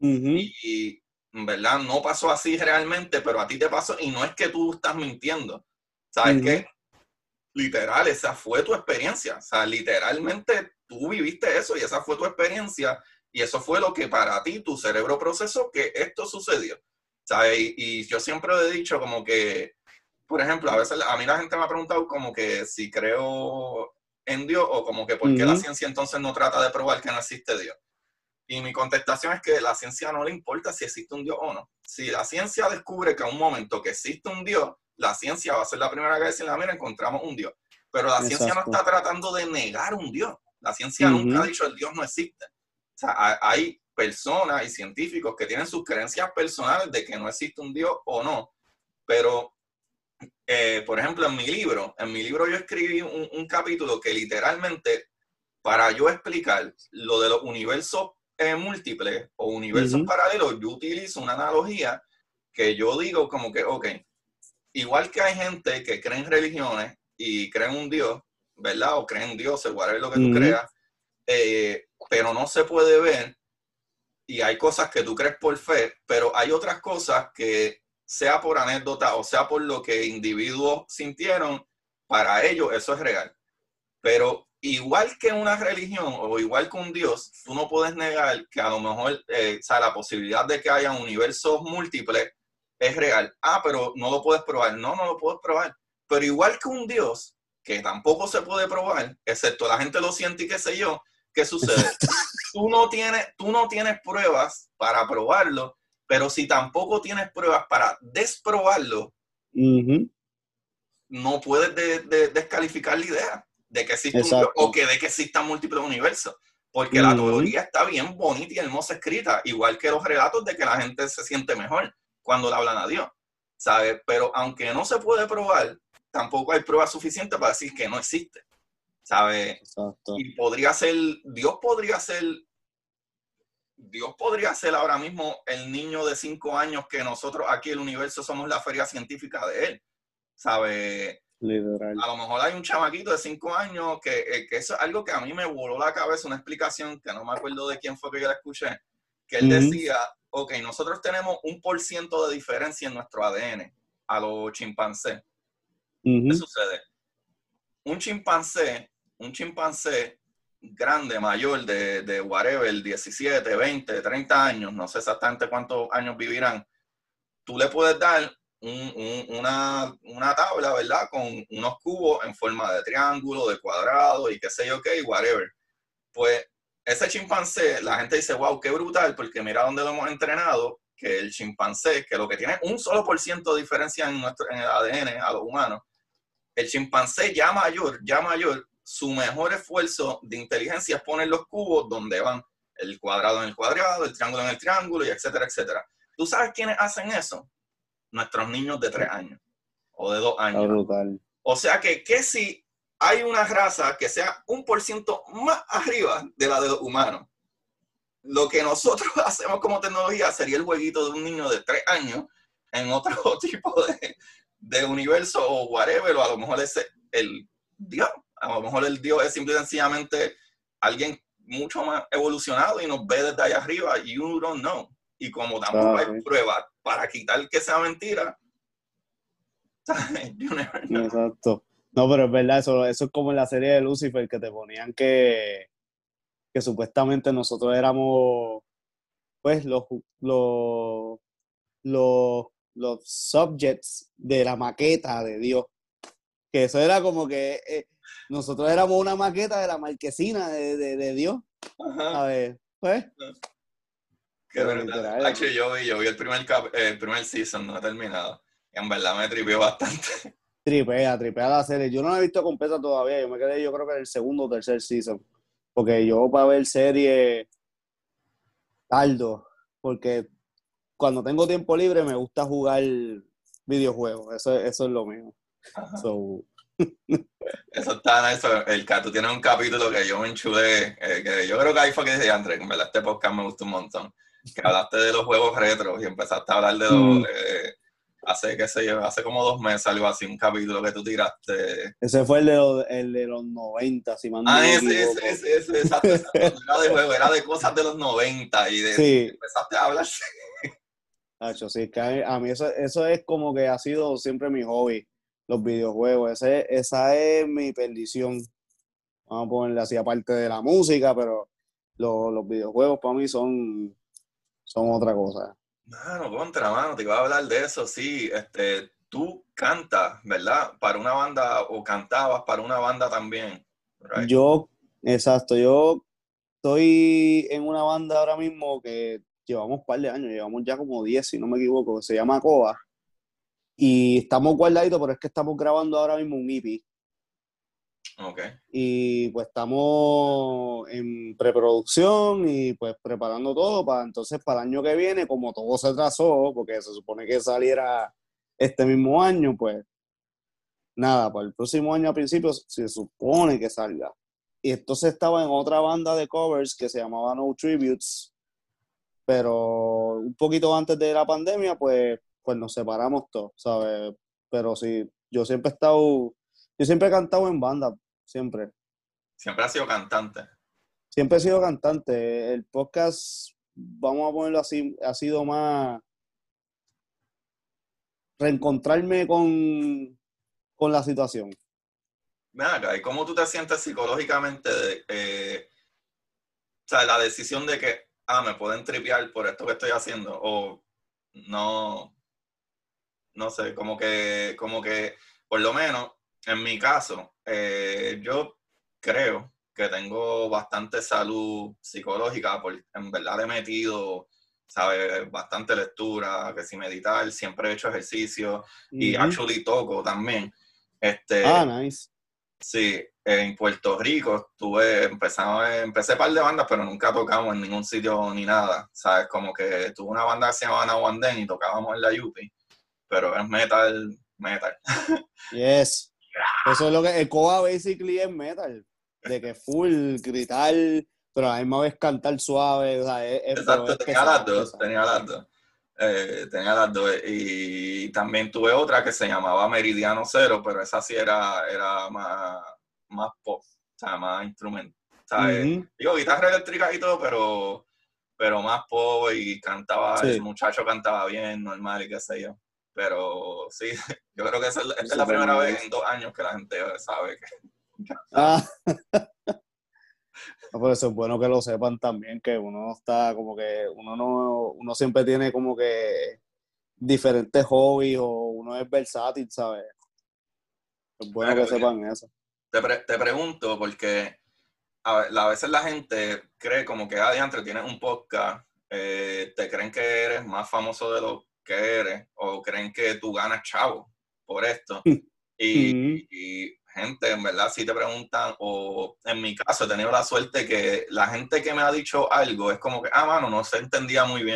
Y en verdad no pasó así realmente, pero a ti te pasó y no es que tú estás mintiendo. ¿Sabes qué? Literal, esa fue tu experiencia. O sea, literalmente tú viviste eso y esa fue tu experiencia. Y eso fue lo que para ti, tu cerebro procesó que esto sucedió. ¿Sabes? Y yo siempre he dicho como que, por ejemplo, a veces a mí la gente me ha preguntado como que si creo en Dios o como que por qué la ciencia entonces no trata de probar que no existe Dios. Y mi contestación es que a la ciencia no le importa si existe un Dios o no. Si la ciencia descubre que en un momento que existe un Dios, la ciencia va a ser la primera que va a decir, mira, encontramos un Dios. Pero la ciencia no está tratando de negar un Dios. La ciencia nunca ha dicho el Dios no existe. O sea, hay personas y científicos que tienen sus creencias personales de que no existe un Dios o no. Pero, por ejemplo, en mi libro yo escribí un capítulo que literalmente, para yo explicar lo de los universos múltiples o universos paralelos, yo utilizo una analogía que yo digo como que, ok, igual que hay gente que cree en religiones y cree en un Dios, ¿verdad? O cree en dioses, whatever lo que tú creas, pero no se puede ver y hay cosas que tú crees por fe, pero hay otras cosas que sea por anécdota o sea por lo que individuos sintieron, para ellos eso es real. Pero igual que una religión o igual que un Dios, tú no puedes negar que a lo mejor o sea, la posibilidad de que haya universos múltiples es real. Ah, pero no lo puedes probar. No, no lo puedes probar. Pero igual que un Dios, que tampoco se puede probar, excepto la gente lo siente y qué sé yo, ¿qué sucede? Tú no tienes pruebas para probarlo, pero si tampoco tienes pruebas para desprobarlo, no puedes descalificar la idea de que existe un Dios o que de que existan múltiples universos. Porque la teoría está bien bonita y hermosa escrita, igual que los relatos de que la gente se siente mejor cuando le hablan a Dios, ¿sabes? Pero aunque no se puede probar, tampoco hay pruebas suficientes para decir que no existe, ¿sabes? Y Dios podría ser ahora mismo el niño de 5 años que nosotros aquí en el universo somos la feria científica de él, ¿sabes? Literal. A lo mejor hay un chamaquito de 5 años que eso es algo que a mí me voló la cabeza, una explicación que no me acuerdo de quién fue que yo la escuché, que él decía, ok, nosotros tenemos 1% de diferencia en nuestro ADN a los chimpancés. ¿Qué sucede? Un chimpancé grande, mayor, de whatever, 17, 20, 30 años, no sé exactamente cuántos años vivirán, tú le puedes dar una tabla, ¿verdad? Con unos cubos en forma de triángulo, de cuadrado y qué sé yo qué, y whatever. Pues ese chimpancé, la gente dice, wow, qué brutal, porque mira dónde lo hemos entrenado, que el chimpancé, que lo que tiene 1% de diferencia en el ADN a los humanos, el chimpancé ya mayor, su mejor esfuerzo de inteligencia es poner los cubos donde van, el cuadrado en el cuadrado, el triángulo en el triángulo, y etcétera, etcétera. ¿Tú sabes quiénes hacen eso? Nuestros niños de 3 años o de 2 años. Brutal. O sea que si hay una raza que sea 1% más arriba de la de los humanos, lo que nosotros hacemos como tecnología sería el jueguito de un niño de 3 años en otro tipo de universo o whatever, o a lo mejor es el Dios. A lo mejor el Dios es simple y sencillamente alguien mucho más evolucionado y nos ve desde allá arriba. You don't know. Y como tampoco hay pruebas para quitar que sea mentira, you never know. Exacto. No, pero es verdad, eso es como en la serie de Lucifer, que te ponían que supuestamente nosotros éramos, pues, los subjects de la maqueta de Dios. Que eso era como que nosotros éramos una maqueta de la marquesina de Dios. Ajá. A ver, pues. Qué verdad. Actually, yo vi el primer season, no he terminado. Y en verdad me tripió bastante. Tripea la serie. Yo no la he visto completa todavía. Yo me quedé, yo creo que en el segundo o tercer season. Porque yo para ver serie tardo. Porque cuando tengo tiempo libre me gusta jugar videojuegos. Eso es lo mío. So. Eso está nice. Tú tienes un capítulo que yo me enchulé, que yo creo que ahí fue que dije, André, que en verdad este podcast me gustó un montón. Que hablaste de los juegos retro y empezaste a hablar de los... hace como 2 meses, algo así, un capítulo que tú tiraste. Ese fue el de los 90, si mal no me equivoco. Ese, exacto. No era de juego, era de cosas de los 90 y empezaste a hablar. Nacho, sí, que a mí eso es como que ha sido siempre mi hobby, los videojuegos. Esa es mi perdición. Vamos a ponerle así, aparte de la música, pero los videojuegos para mí son otra cosa. Mano, te iba a hablar de eso, sí. Tú cantas, ¿verdad? Para una banda, o cantabas para una banda también, right? Yo estoy en una banda ahora mismo que llevamos un par de años, llevamos ya como 10, si no me equivoco, que se llama Coa. Y estamos guardaditos, pero es que estamos grabando ahora mismo un EP. Okay. Y pues estamos en preproducción y pues preparando todo para entonces para el año que viene, como todo se atrasó, porque se supone que saliera este mismo año, pues nada, para el próximo año a principios se supone que salga. Y entonces estaba en otra banda de covers que se llamaba No Tributes, pero un poquito antes de la pandemia, pues nos separamos todos, ¿sabes? Pero sí, yo siempre he cantado en banda, siempre. Siempre has sido cantante. Siempre he sido cantante. El podcast, vamos a ponerlo así, ha sido más reencontrarme con la situación. Ven acá, ¿y cómo tú te sientes psicológicamente o sea, la decisión de que, me pueden tripear por esto que estoy haciendo? O no sé, como que, por lo menos, en mi caso, yo creo que tengo bastante salud psicológica, porque en verdad he metido, ¿sabes? Bastante lectura, que si meditar, siempre he hecho ejercicio y actually toco también. Nice. Sí, en Puerto Rico empecé un par de bandas, pero nunca tocamos en ningún sitio ni nada, ¿sabes? Como que tuve una banda que se llamaba Nawanden y tocábamos en la Yupi, pero es metal. Yes. Eso es lo que el Coa basically es metal, de que full gritar, pero a la misma vez cantar suave, o sea, Exacto, es tenía las dos, pesado. tenía las dos, y también tuve otra que se llamaba Meridiano Cero, pero esa sí era más pop, o sea, más instrumento, ¿sabes? Digo, guitarra eléctrica y todo, pero más pop, y cantaba, Sí. el muchacho cantaba bien, normal y qué sé yo. Pero sí, yo creo que esta es la primera vez en 2 años que la gente sabe que Por eso es bueno que lo sepan también, que uno está como que, uno siempre tiene como que diferentes hobbies, o uno es versátil, ¿sabes? Es bueno que sepan eso. Te pregunto porque a veces la gente cree como que adiantre tienes un podcast, te creen que eres más famoso de lo que eres, o creen que tú ganas chavo por esto. Y gente, en verdad, si te preguntan, o en mi caso he tenido la suerte que la gente que me ha dicho algo es como que, mano, no se entendía muy bien,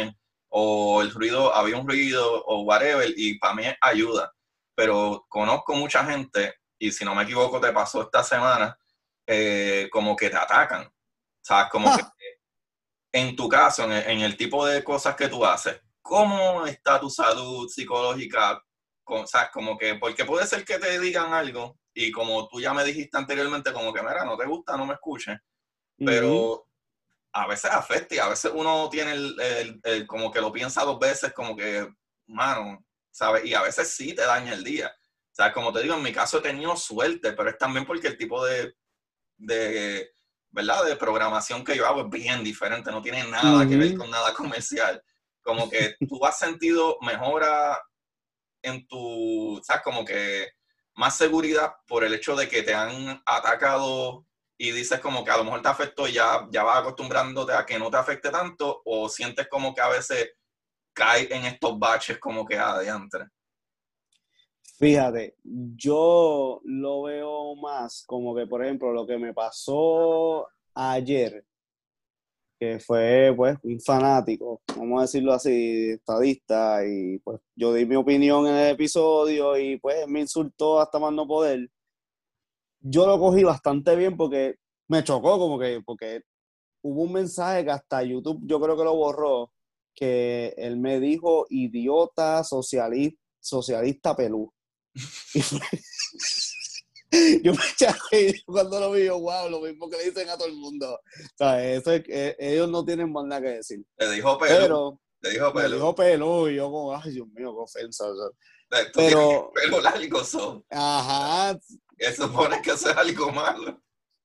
o había un ruido, o whatever, y para mí ayuda. Pero conozco mucha gente, y si no me equivoco te pasó esta semana, como que te atacan. ¿Sabes? Como que en tu caso, en el tipo de cosas que tú haces, ¿cómo está tu salud psicológica? ¿Sabes? Como que, porque puede ser que te digan algo, y como tú ya me dijiste anteriormente, como que, mira, no te gusta, no me escuches, pero a veces afecta y a veces uno tiene como que lo piensa dos veces, como que, mano, ¿sabes? Y a veces sí te daña el día. ¿Sabes? Como te digo, en mi caso he tenido suerte, pero es también porque el tipo de ¿verdad? De programación que yo hago es bien diferente, no tiene nada que ver con nada comercial. Como que tú has sentido mejora en ¿sabes? Como que más seguridad por el hecho de que te han atacado y dices como que a lo mejor te afectó y ya vas acostumbrándote a que no te afecte tanto, o sientes como que a veces cae en estos baches como que adiantre. Fíjate, yo lo veo más como que, por ejemplo, lo que me pasó ayer, que fue pues un fanático, vamos a decirlo así, estadista, y pues yo di mi opinión en el episodio y pues me insultó hasta más no poder. Yo lo cogí bastante bien porque me chocó como que, porque hubo un mensaje que hasta YouTube yo creo que lo borró, que él me dijo idiota socialista pelú. Y fue, yo me eché a reír cuando lo vi, yo, wow, lo mismo que le dicen a todo el mundo. O sea, eso es que ellos no tienen más nada que decir. Te dijo Pelú, Pero te dijo me Pelú. dijo pelú y yo como, ay, Dios mío, qué ofensa. O sea. Tú tienes el Pero, pelo largo, son. ajá, Que supone que eso es algo malo.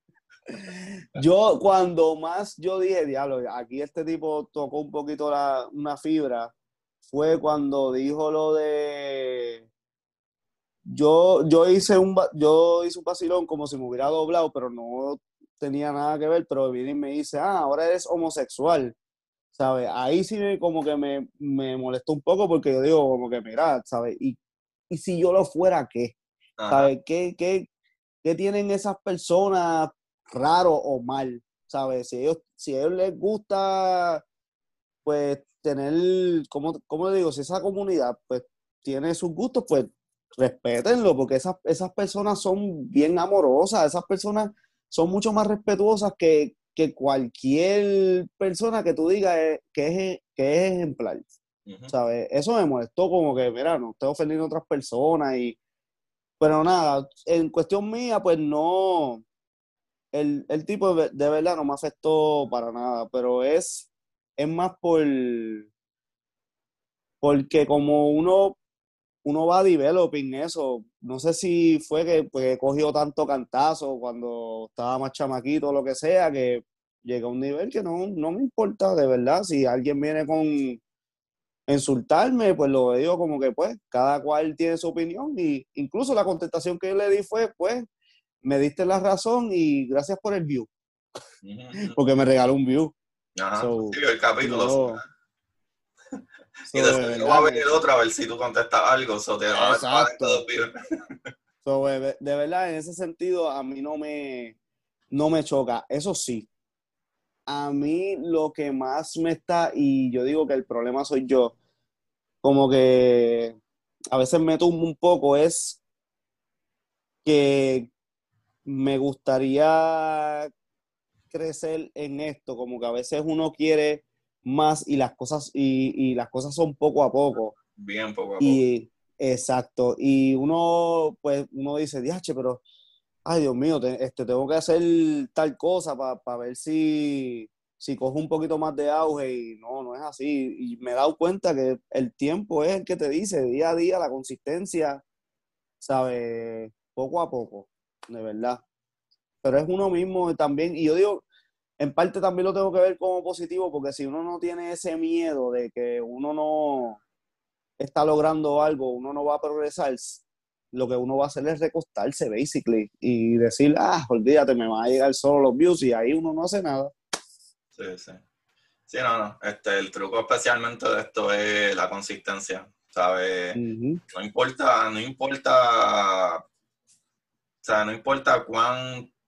yo cuando más yo dije, diablo, aquí este tipo tocó un poquito una fibra, fue cuando dijo lo de yo hice un vacilón como si me hubiera doblado, pero no tenía nada que ver, pero viene y me dice, ahora eres homosexual, ¿sabes? Ahí sí como que me molestó un poco porque yo digo como que, mira, ¿sabes? Y si yo lo fuera, ¿qué? Ajá. ¿Sabes? ¿Qué tienen esas personas raro o mal? ¿Sabes? Si a ellos les gusta, pues, tener, ¿cómo le digo? Si esa comunidad, pues, tiene sus gustos, pues, respétenlo, porque esas personas son bien amorosas, esas personas son mucho más respetuosas que cualquier persona que tú digas que es ejemplar, Uh-huh. ¿sabes? Eso me molestó como que, mira, no estoy ofendiendo a otras personas pero nada, en cuestión mía, pues no, el tipo de verdad no me afectó para nada, pero es más porque como uno va developing eso, no sé si fue que pues, cogió tanto cantazo cuando estaba más chamaquito o lo que sea, que llega a un nivel que no me importa, de verdad, si alguien viene con insultarme, pues lo digo como que pues cada cual tiene su opinión y incluso la contestación que yo le di fue pues me diste la razón y gracias por el view, Uh-huh. porque me regaló un view. Ajá. So, Sí, el capítulo. Y so de de seguro va verdad, a ver el otro a ver si tú contestas algo. Te va a dar todo exacto. bien. So, de verdad, en ese sentido, a mí no me choca. Eso sí, a mí lo que más me está, y yo digo que el problema soy yo, como que a veces me tumbo un poco, es que me gustaría crecer en esto, como que a veces uno quiere más y las cosas son poco a poco. Bien, poco a poco. Y exacto, y uno dice, diache, pero ay, Dios mío, tengo que hacer tal cosa para ver si cojo un poquito más de auge y no es así. Y me he dado cuenta que el tiempo es el que te dice día a día, la consistencia, ¿sabes? Poco a poco, de verdad. Pero es uno mismo también, y yo digo, en parte también lo tengo que ver como positivo, porque si uno no tiene ese miedo de que uno no está logrando algo, uno no va a progresar, lo que uno va a hacer es recostarse, basically, y decir, olvídate, me van a llegar solo los views, y ahí uno no hace nada. Sí, sí. Sí, no. El truco especialmente de esto es la consistencia, ¿sabes? Uh-huh. No importa, o sea, no importa cuánto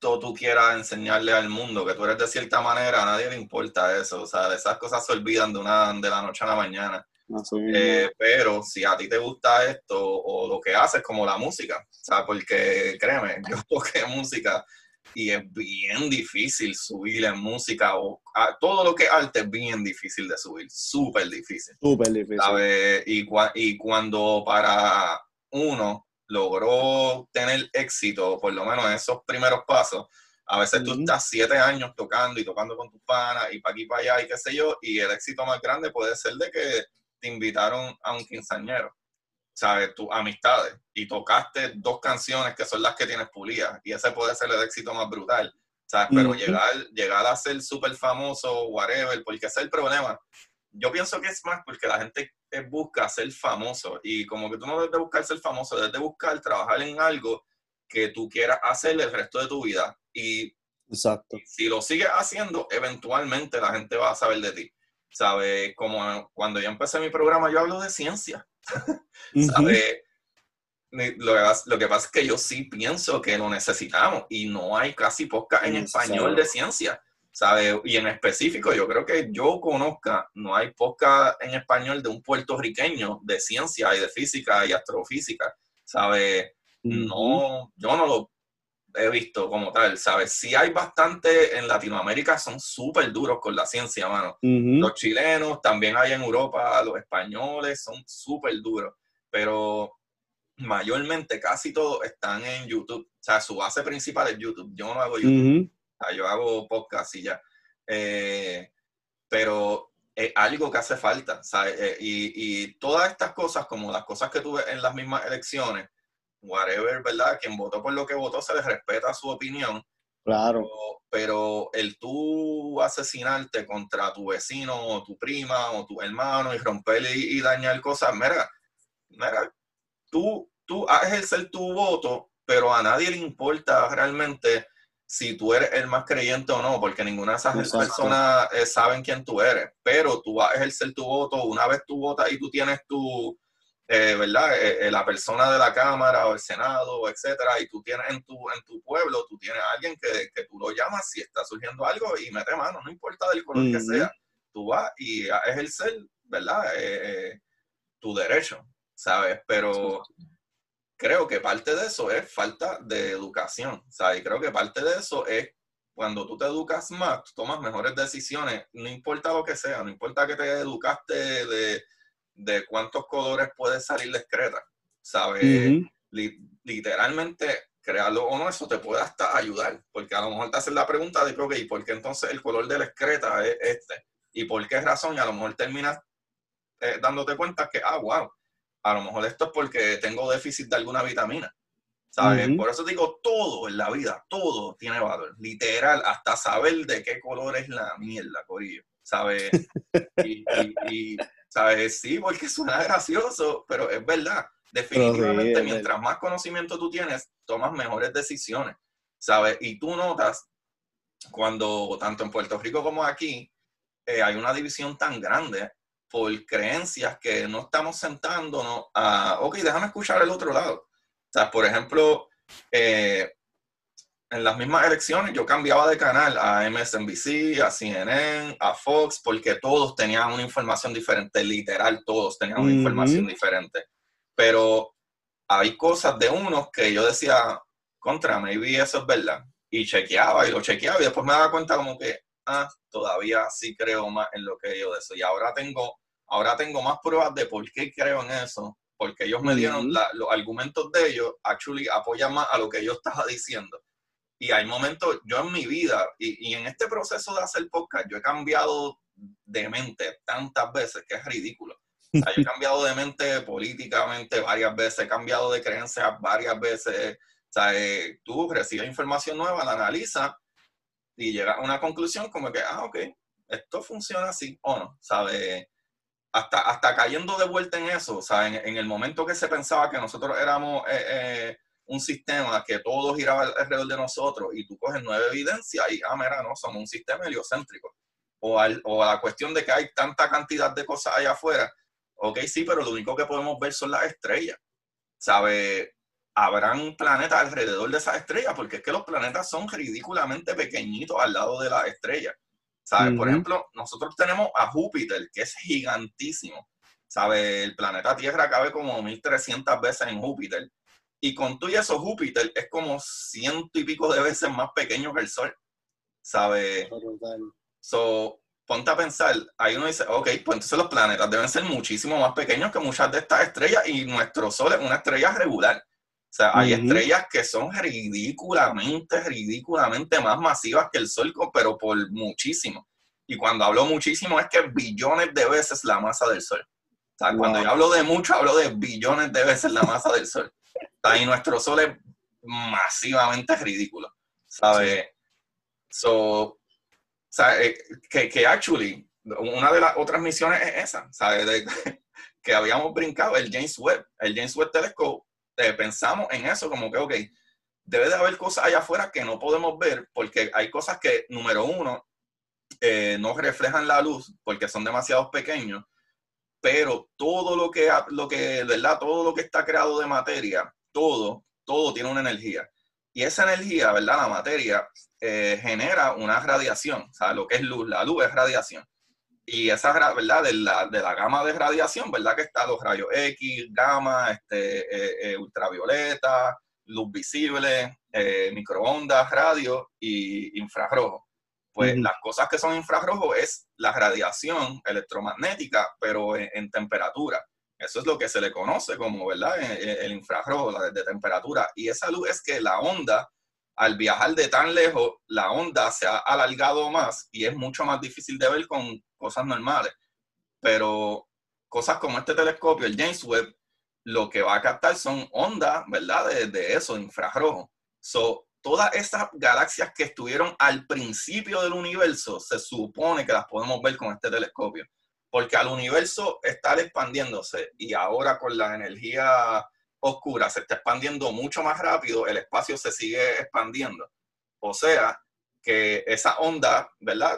cuánto tú quieras enseñarle al mundo que tú eres de cierta manera, a nadie le importa eso. O sea, esas cosas se olvidan de la noche a la mañana. Pero si a ti te gusta esto o lo que haces, como la música, o sea, porque créeme, yo toqué música y es bien difícil subir en música todo lo que es arte es bien difícil de subir, súper difícil. Súper difícil. ¿Sabes? Y cuando para uno logró tener éxito, por lo menos en esos primeros pasos, a veces tú estás 7 años tocando y tocando con tus panas y para aquí para allá y qué sé yo, y el éxito más grande puede ser de que te invitaron a un quinceañero, ¿sabes? Tus amistades, y tocaste 2 canciones que son las que tienes pulidas, y ese puede ser el éxito más brutal, ¿sabes? Pero llegar a ser súper famoso, whatever, porque ese es el problema. Yo pienso que es más porque la gente busca ser famoso, y como que tú no debes de buscar ser famoso, debes de buscar trabajar en algo que tú quieras hacer el resto de tu vida, y exacto. Si lo sigues haciendo, eventualmente la gente va a saber de ti. ¿Sabes? Como cuando yo empecé mi programa, yo hablo de ciencia. ¿Sabes? Lo que pasa es que yo sí pienso que lo necesitamos y no hay casi podcast en español de ciencia. ¿Sabes? Y en específico, yo creo que yo conozca, no hay podcast en español de un puertorriqueño de ciencia y de física y astrofísica. ¿Sabes? No, yo no lo he visto como tal, ¿sabes? Sí hay bastante en Latinoamérica, son súper duros con la ciencia, mano. Los chilenos, también hay en Europa, los españoles son súper duros, pero mayormente casi todos están en YouTube. O sea, su base principal es YouTube. Yo no hago YouTube, o sea, yo hago podcast y ya. Pero es algo que hace falta, ¿sabes? Y todas estas cosas, como las cosas que tuve en las mismas elecciones, whatever, ¿verdad? Quien votó por lo que votó se le respeta su opinión. Claro. Pero el tú asesinarte contra tu vecino o tu prima o tu hermano y romper y dañar cosas, mira, tú vas a ejercer tu voto, pero a nadie le importa realmente si tú eres el más creyente o no, porque ninguna de esas personas saben quién tú eres, pero tú vas a ejercer tu voto una vez tú votas y tú tienes tu, ¿verdad? La persona de la Cámara o el Senado, etcétera, y tú tienes en tu pueblo, tú tienes a alguien que tú lo llamas si está surgiendo algo y mete mano, no importa del color que sea, tú vas y a ejercer, ¿verdad? Tu derecho, ¿sabes? Pero creo que parte de eso es falta de educación, ¿sabes? Y creo que parte de eso es cuando tú te educas más, tú tomas mejores decisiones, no importa lo que sea, no importa que te educaste de cuántos colores puedes salir de excreta, ¿sabes? Literalmente, créalo o no, eso te puede hasta ayudar, porque a lo mejor te hacen la pregunta de, ok, ¿por qué entonces el color de la excreta es este? ¿Y por qué razón? Y a lo mejor terminas dándote cuenta que, wow, a lo mejor esto es porque tengo déficit de alguna vitamina, ¿sabes? Por eso digo, todo en la vida, todo tiene valor, literal, hasta saber de qué color es la mierda, corillo, ¿sabes? ¿Sabes? Sí, porque suena gracioso, pero es verdad. Definitivamente, sí, mientras más conocimiento tú tienes, tomas mejores decisiones, ¿sabes? Y tú notas cuando, tanto en Puerto Rico como aquí, hay una división tan grande por creencias que no estamos sentándonos a, ok, déjame escuchar el otro lado. O sea, por ejemplo, en las mismas elecciones yo cambiaba de canal a MSNBC, a CNN, a Fox, porque todos tenían una información diferente, literal, todos tenían una información diferente. Pero hay cosas de unos que yo decía, contra, maybe eso es verdad. Y chequeaba y lo chequeaba y después me daba cuenta como que, todavía sí creo más en lo que yo de eso. Y ahora tengo más pruebas de por qué creo en eso, porque ellos me dieron los argumentos de ellos, actually apoyan más a lo que yo estaba diciendo. Y hay momentos, yo en mi vida, y en este proceso de hacer podcast, yo he cambiado de mente tantas veces que es ridículo. O sea, yo he cambiado de mente políticamente varias veces, he cambiado de creencias varias veces. O sea, tú recibes información nueva, la analizas y llegas a una conclusión como que, ok, esto funciona así o no, ¿sabes? Hasta cayendo de vuelta en eso, o sea, en el momento que se pensaba que nosotros éramos un sistema que todo giraba alrededor de nosotros y tú coges nueva evidencia y, mira, no, somos un sistema heliocéntrico. O a la cuestión de que hay tanta cantidad de cosas allá afuera, ok, sí, pero lo único que podemos ver son las estrellas, ¿sabes? habrán planetas alrededor de esas estrellas, porque es que los planetas son ridículamente pequeñitos al lado de las estrellas. ¿Sabes? Por ejemplo, nosotros tenemos a Júpiter, que es gigantísimo. ¿Sabes? El planeta Tierra cabe como 1300 veces en Júpiter. Y con todo y eso, Júpiter es como 100 y pico de veces más pequeño que el Sol. ¿Sabes? So, ponte a pensar, ahí uno dice, ok, pues entonces los planetas deben ser muchísimo más pequeños que muchas de estas estrellas y nuestro Sol es una estrella regular. O sea, hay estrellas que son ridículamente más masivas que el Sol, pero por muchísimo. Y cuando hablo muchísimo es que billones de veces la masa del Sol. O sea, cuando yo hablo de mucho, hablo de billones de veces la masa del Sol. O sea, y nuestro Sol es masivamente ridículo. ¿Sabes? Sí. O sea, que actually, una de las otras misiones es esa, ¿sabes? Que habíamos brincado, el James Webb Telescope, pensamos en eso, como que, ok, debe de haber cosas allá afuera que no podemos ver, porque hay cosas que, número uno, no reflejan la luz, porque son demasiado pequeños, pero todo ¿verdad? Todo lo que está creado de materia, todo tiene una energía. Y esa energía, ¿verdad? La materia genera una radiación, o sea, lo que es luz, la luz es radiación. Y esa, ¿verdad? De la gama de radiación, ¿verdad? Que está los rayos X, gamma, ultravioleta, luz visible, microondas, radio y infrarrojo. Pues las cosas que son infrarrojo es la radiación electromagnética, pero en temperatura. Eso es lo que se le conoce como, ¿verdad? El infrarrojo, la de temperatura. Y esa luz es que la onda, al viajar de tan lejos, la onda se ha alargado más y es mucho más difícil de ver con cosas normales. Pero cosas como este telescopio, el James Webb, lo que va a captar son ondas, ¿verdad? De eso, infrarrojo. So, todas esas galaxias que estuvieron al principio del universo, se supone que las podemos ver con este telescopio. Porque al universo estar expandiéndose y ahora con la energía oscura se está expandiendo mucho más rápido, el espacio se sigue expandiendo. O sea, que esa onda, ¿verdad?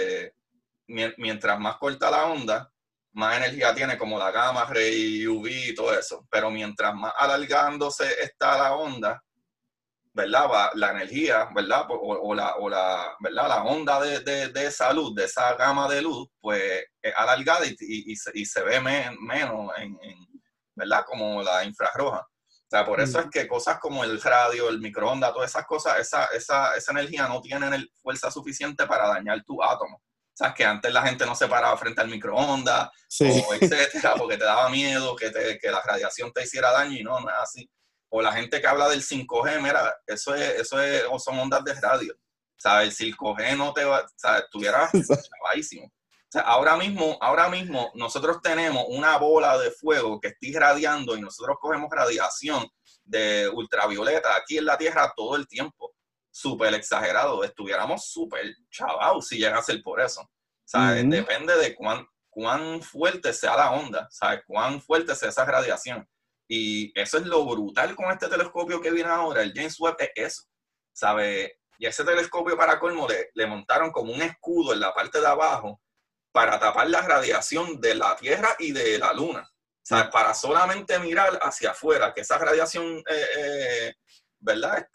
Mientras más corta la onda, más energía tiene, como la gamma, ray, UV y todo eso. Pero mientras más alargándose está la onda, ¿verdad? La energía, ¿verdad? ¿verdad? La onda de esa luz, de esa gama de luz, pues es alargada y se ve menos ¿verdad? Como la infrarroja. O sea, por eso es que cosas como el radio, el microondas, todas esas cosas, esa energía no tiene fuerza suficiente para dañar tu átomo. O sea, que antes la gente no se paraba frente al microondas, o etcétera, porque te daba miedo que la radiación te hiciera daño, y no es así. O la gente que habla del 5G, mira, o son ondas de radio. O sea, el 5G no te va, o sea, estuviera chavadísimo. O sea, ahora mismo nosotros tenemos una bola de fuego que está irradiando y nosotros cogemos radiación de ultravioleta aquí en la Tierra todo el tiempo. Súper exagerado. Estuviéramos súper chavados si llega a ser por eso. O sea, depende de cuán fuerte sea la onda, ¿sabes? Cuán fuerte sea esa radiación. Y eso es lo brutal con este telescopio que viene ahora, el James Webb, es eso, ¿sabes? Y ese telescopio, para colmo, le montaron como un escudo en la parte de abajo para tapar la radiación de la Tierra y de la Luna. O sea, para solamente mirar hacia afuera, que esa radiación, ¿verdad?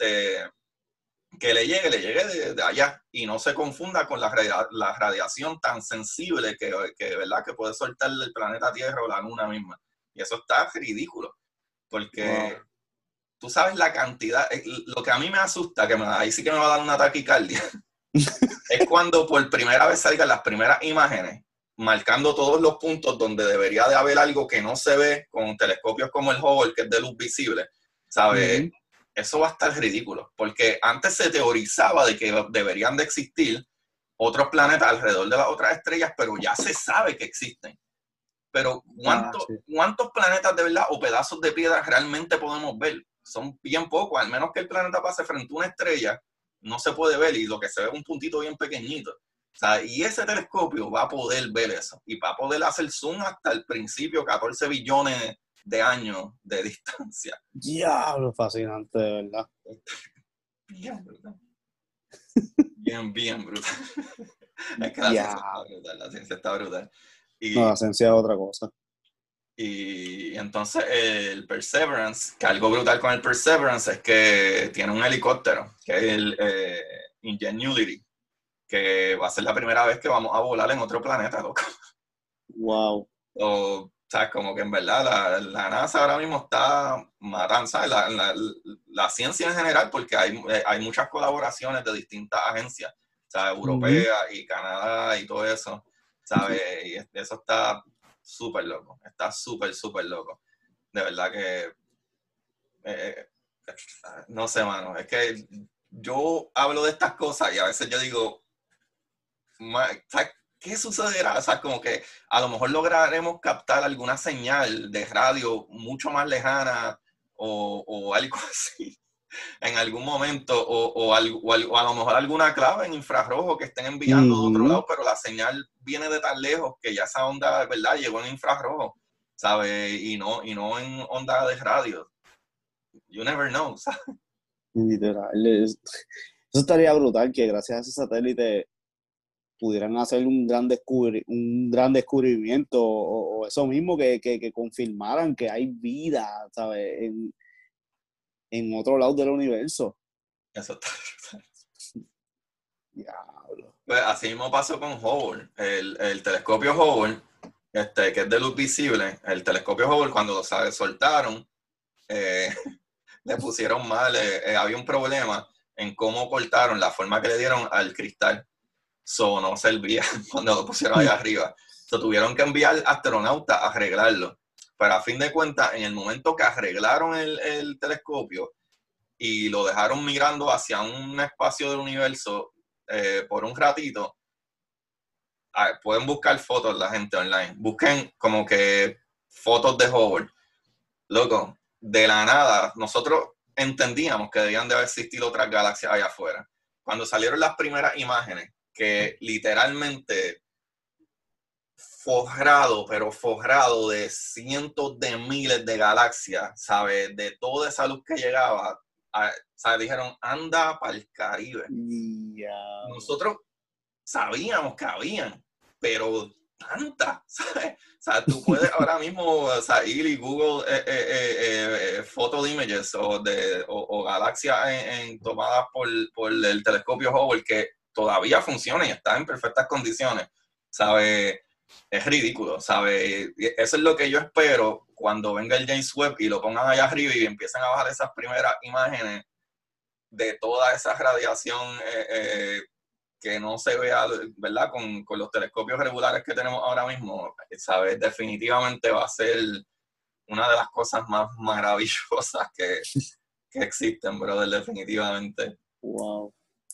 Que le llegue de allá y no se confunda con la radiación tan sensible ¿verdad? Que puede soltar el planeta Tierra o la Luna misma. Y eso está ridículo, porque tú sabes la cantidad, lo que a mí me asusta, ahí sí que me va a dar una taquicardia, es cuando por primera vez salgan las primeras imágenes, marcando todos los puntos donde debería de haber algo que no se ve con telescopios como el Hubble, que es de luz visible, ¿sabes? Eso va a estar ridículo, porque antes se teorizaba de que deberían de existir otros planetas alrededor de las otras estrellas, pero ya se sabe que existen. Pero ¿cuántos planetas de verdad o pedazos de piedra realmente podemos ver? Son bien pocos, al menos que el planeta pase frente a una estrella, no se puede ver y lo que se ve es un puntito bien pequeñito. O sea, y ese telescopio va a poder ver eso y va a poder hacer zoom hasta el principio, 14 billones de años de distancia. Diablo, fascinante, de verdad. Bien brutal. Bien brutal. Es que la ciencia está brutal, la ciencia está brutal. Y, no, la ciencia es otra cosa. Y entonces el Perseverance, que algo brutal con el Perseverance es que tiene un helicóptero, que es el Ingenuity, que va a ser la primera vez que vamos a volar en otro planeta, loco. Wow. O sea, como que en verdad la NASA ahora mismo está matando, ¿sabes? La ciencia en general, porque hay muchas colaboraciones de distintas agencias, ¿sabes? Europeas y Canadá y todo eso, ¿sabes? Y eso está súper loco, está súper, súper loco. De verdad que, eh, no sé, mano, es que yo hablo de estas cosas y a veces yo digo, ¿sabes? ¿Qué sucederá? O sea, como que a lo mejor lograremos captar alguna señal de radio mucho más lejana o algo así en algún momento, o a lo mejor alguna clave en infrarrojo que estén enviando de otro lado, pero la señal viene de tan lejos que ya esa onda, ¿verdad? Llegó en infrarrojo, ¿sabes? Y no en onda de radio. You never know, ¿sabes? Literal. Eso estaría brutal que gracias a ese satélite pudieran hacer un gran descubrimiento o eso mismo que confirmaran que hay vida, ¿sabes? En otro lado del universo. Eso está. Diablo. Pues así mismo pasó con Hubble, el telescopio Hubble, que es de luz visible. El telescopio Hubble, cuando lo soltaron, eh, le pusieron mal, había un problema en cómo cortaron la forma que le dieron al cristal. So no servía cuando lo pusieron allá arriba. So tuvieron que enviar astronautas a arreglarlo. Pero a fin de cuentas, en el momento que arreglaron el telescopio y lo dejaron mirando hacia un espacio del universo por un ratito, pueden buscar fotos la gente online. Busquen como que fotos de Hubble. Loco, de la nada, nosotros entendíamos que debían de haber existido otras galaxias allá afuera. Cuando salieron las primeras imágenes, que literalmente forrado, pero forrado de cientos de miles de galaxias, ¿sabes? De toda esa luz que llegaba, ¿sabes? Dijeron, anda para el Caribe. Yeah. Nosotros sabíamos que habían, pero tantas, ¿sabes? O sea, tú puedes ahora mismo, o sea, ir y Google photo images o galaxias tomadas por el telescopio Hubble que todavía funciona y está en perfectas condiciones, ¿sabes? Es ridículo, ¿sabes? Eso es lo que yo espero cuando venga el James Webb y lo pongan allá arriba y empiecen a bajar esas primeras imágenes de toda esa radiación que no se vea, ¿verdad? Con los telescopios regulares que tenemos ahora mismo, ¿sabes? Definitivamente va a ser una de las cosas más maravillosas que existen, brother, definitivamente. Wow.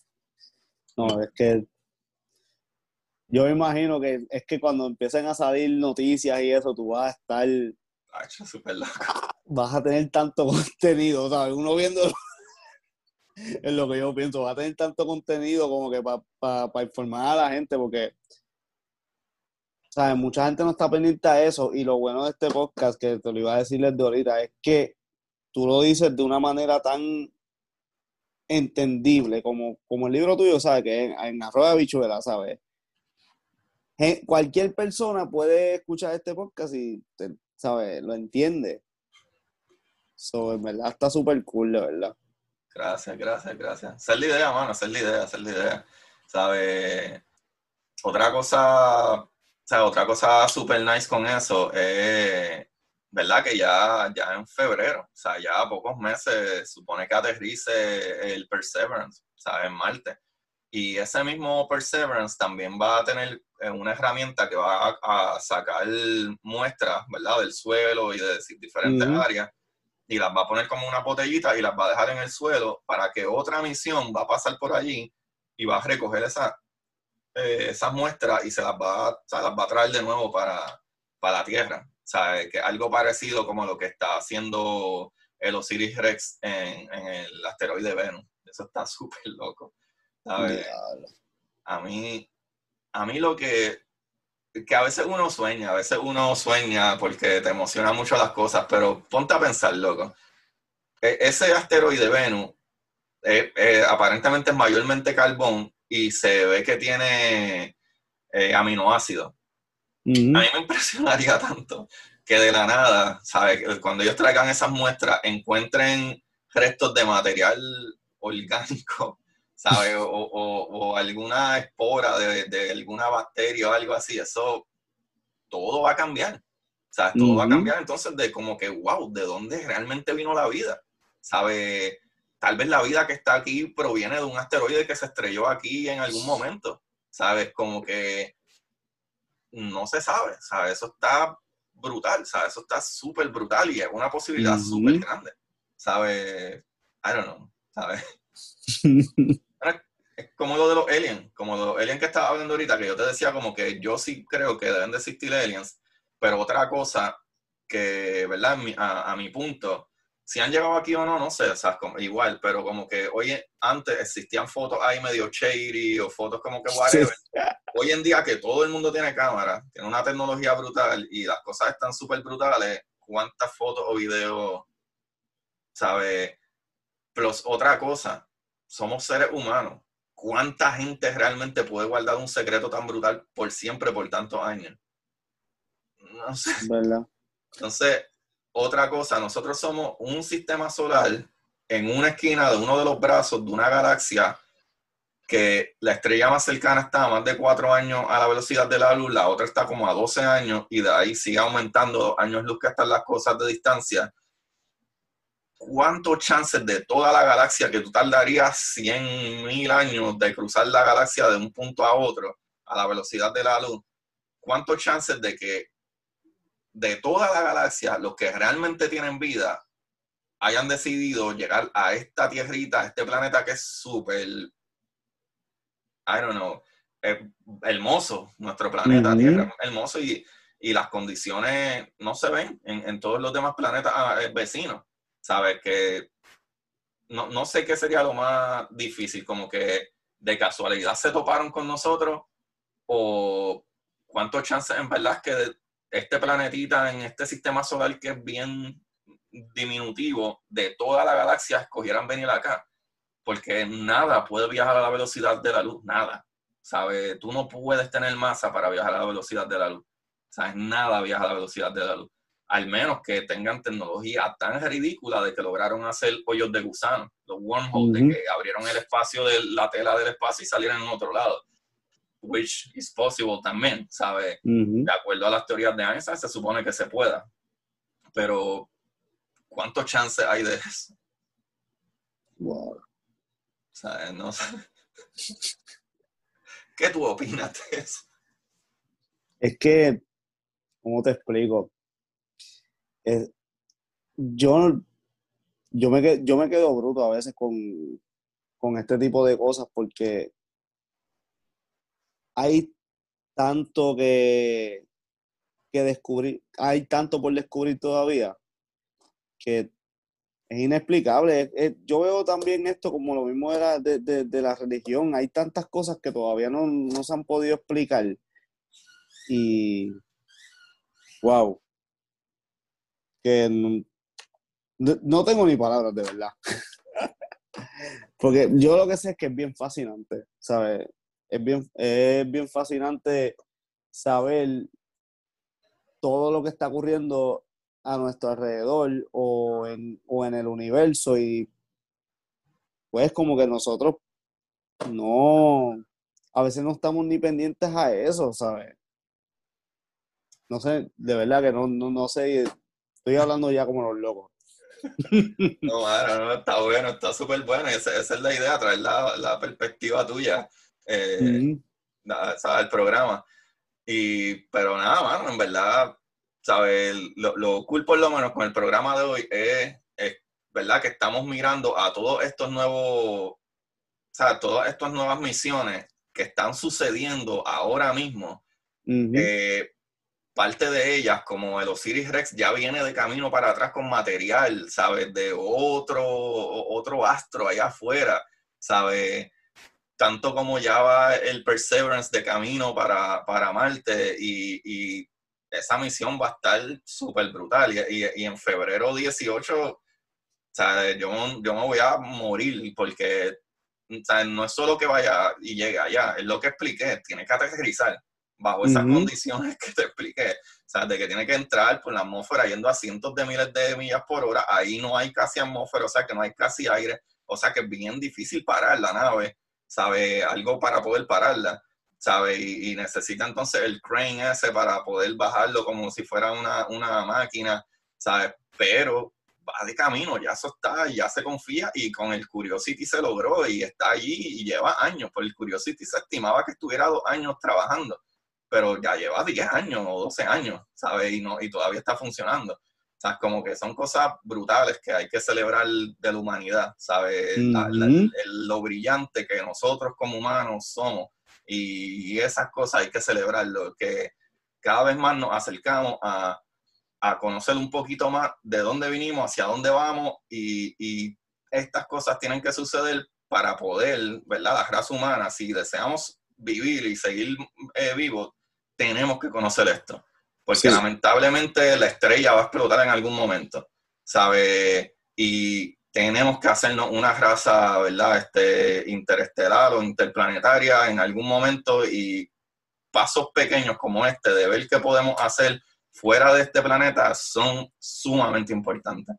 No, es que yo me imagino que es que cuando empiecen a salir noticias y eso, tú vas a estar, Ay, súper loco. vas a tener tanto contenido, ¿sabes? Uno viendo es lo que yo pienso, va a tener tanto contenido como que para informar a la gente, porque, ¿sabes? Mucha gente no está pendiente a eso, y lo bueno de este podcast, que te lo iba a decir desde ahorita, es que tú lo dices de una manera tan entendible, como el libro tuyo, ¿sabes? Que en Arroyo de Habichuela, ¿sabes? Cualquier persona puede escuchar este podcast y, ¿sabes? Lo entiende. So, en verdad está súper cool, de verdad. Gracias, gracias, gracias. Esa es la idea, mano, esa es la idea, esa es la idea. ¿Sabes? Otra cosa súper nice con eso es, ¿verdad? Que ya en febrero, o sea, ya a pocos meses, supone que aterrice el Perseverance, ¿sabes? En Marte. Y ese mismo Perseverance también va a tener una herramienta que va a sacar muestras, ¿verdad? Del suelo y de diferentes áreas y las va a poner como una botellita y las va a dejar en el suelo para que otra misión va a pasar por allí y va a recoger esas muestras y las va a traer de nuevo para la Tierra. O sea, que algo parecido como lo que está haciendo el Osiris Rex en el asteroide Venus. Eso está súper loco. ¿Sabes? A mí, a mí lo que a veces uno sueña porque te emociona mucho las cosas, pero ponte a pensar, loco. Ese asteroide Venus aparentemente es mayormente carbón y se ve que tiene aminoácidos. A mí me impresionaría tanto que de la nada, ¿sabes? Cuando ellos traigan esas muestras, encuentren restos de material orgánico, ¿sabes? O alguna espora de alguna bacteria o algo así, eso todo va a cambiar. ¿Sabes? Todo va a cambiar entonces de como que, wow, ¿de dónde realmente vino la vida? ¿Sabes? Tal vez la vida que está aquí proviene de un asteroide que se estrelló aquí en algún momento. ¿Sabes? Como que no se sabe, ¿sabes? Eso está brutal, ¿sabes? Eso está súper brutal y es una posibilidad súper grande, ¿sabes? I don't know, ¿sabes? Es como lo de los aliens, como los aliens que estaba hablando ahorita, que yo te decía como que yo sí creo que deben de existir aliens, pero otra cosa que, ¿verdad? A mi punto, si han llegado aquí o no, no sé, o sea, como, igual, pero como que oye, antes existían fotos ahí medio shady o fotos como que Sí. whatever. Hoy en día que todo el mundo tiene cámara, tiene una tecnología brutal y las cosas están súper brutales, ¿cuántas fotos o videos, ¿sabes? Plus otra cosa, somos seres humanos. ¿Cuánta gente realmente puede guardar un secreto tan brutal por siempre, por tantos años? No sé. ¿Verdad? Entonces, otra cosa, nosotros somos un sistema solar en una esquina de uno de los brazos de una galaxia que la estrella más cercana está a más de 4 años a la velocidad de la luz, la otra está como a 12 años y de ahí sigue aumentando años luz que están las cosas de distancia. ¿Cuántos chances de toda la galaxia que tú tardarías 100.000 años de cruzar la galaxia de un punto a otro a la velocidad de la luz? ¿Cuántos chances de que de toda la galaxia los que realmente tienen vida hayan decidido llegar a esta tierrita, a este planeta que es súper, I don't know, hermoso, nuestro planeta Tierra, hermoso y las condiciones no se ven en todos los demás planetas vecinos? ¿Sabes? Que no sé qué sería lo más difícil, como que de casualidad se toparon con nosotros o cuántos chances en verdad que este planetita en este sistema solar que es bien diminutivo de toda la galaxia escogieran venir acá, porque nada puede viajar a la velocidad de la luz, nada, ¿sabes? Tú no puedes tener masa para viajar a la velocidad de la luz, ¿sabes? Nada viaja a la velocidad de la luz, al menos que tengan tecnología tan ridícula de que lograron hacer hoyos de gusano, los wormholes, de que abrieron el espacio de la tela del espacio y salieron en otro lado, which is possible también, ¿sabes? De acuerdo a las teorías de Einstein se supone que se pueda, pero ¿cuántos chances hay de eso? Wow. ¿Sabes? No sé. ¿Qué tú opinas de eso? Es que, ¿cómo te explico? Es- yo, yo me quedo bruto a veces con este tipo de cosas porque hay tanto que descubrir, hay tanto por descubrir todavía que es inexplicable. Yo veo también esto como lo mismo de la religión. Hay tantas cosas que todavía no se han podido explicar. Y, wow, que no tengo ni palabras, de verdad. Porque yo lo que sé es que es bien fascinante, ¿sabes? Es bien fascinante saber todo lo que está ocurriendo a nuestro alrededor o en el universo y pues como que nosotros no, a veces no estamos ni pendientes a eso, ¿sabes? No sé, de verdad que no sé, estoy hablando ya como los locos. No, mano, no, está bueno, está súper bueno. Esa es la idea, traer la perspectiva tuya, Ujú. ¿sabes? El programa. Pero nada, mano, en verdad, ¿sabes? Lo cool por lo menos con el programa de hoy es, ¿verdad? Que estamos mirando a todos estos nuevos, o sea, todas estas nuevas misiones que están sucediendo ahora mismo. Ujú. Parte de ellas, como el Osiris Rex, ya viene de camino para atrás con material, ¿sabes? De otro astro allá afuera, ¿sabes? Tanto como ya va el Perseverance de camino para Marte y esa misión va a estar súper brutal. Y en febrero 18, ¿sabes? Yo me voy a morir porque, ¿sabes? No es solo que vaya y llegue allá, es lo que expliqué, tiene que aterrizar bajo esas Ujú. condiciones que te expliqué. sea, de que tiene que entrar por la atmósfera yendo a cientos de miles de millas por hora, ahí no hay casi atmósfera, o sea, que no hay casi aire, o sea, que es bien difícil parar la nave, ¿sabe? Algo para poder pararla, ¿sabe? Y necesita entonces el crane ese para poder bajarlo como si fuera una máquina, ¿sabes? Pero va de camino, ya eso está, ya se confía, y con el Curiosity se logró y está allí y lleva años. Por el Curiosity se estimaba que estuviera 2 años trabajando, pero ya lleva 10 años o 12 años, ¿sabes? Y todavía está funcionando. O sea, como que son cosas brutales que hay que celebrar de la humanidad, ¿sabes? Lo brillante que nosotros como humanos somos, y esas cosas hay que celebrarlo, que cada vez más nos acercamos a conocer un poquito más de dónde vinimos, hacia dónde vamos, y estas cosas tienen que suceder para poder, ¿verdad? La raza humana, si deseamos vivir y seguir vivos, tenemos que conocer esto, porque lamentablemente la estrella va a explotar en algún momento, ¿sabes? Y tenemos que hacernos una raza, ¿verdad? Interestelar o interplanetaria en algún momento, y pasos pequeños como este, de ver qué podemos hacer fuera de este planeta, son sumamente importantes.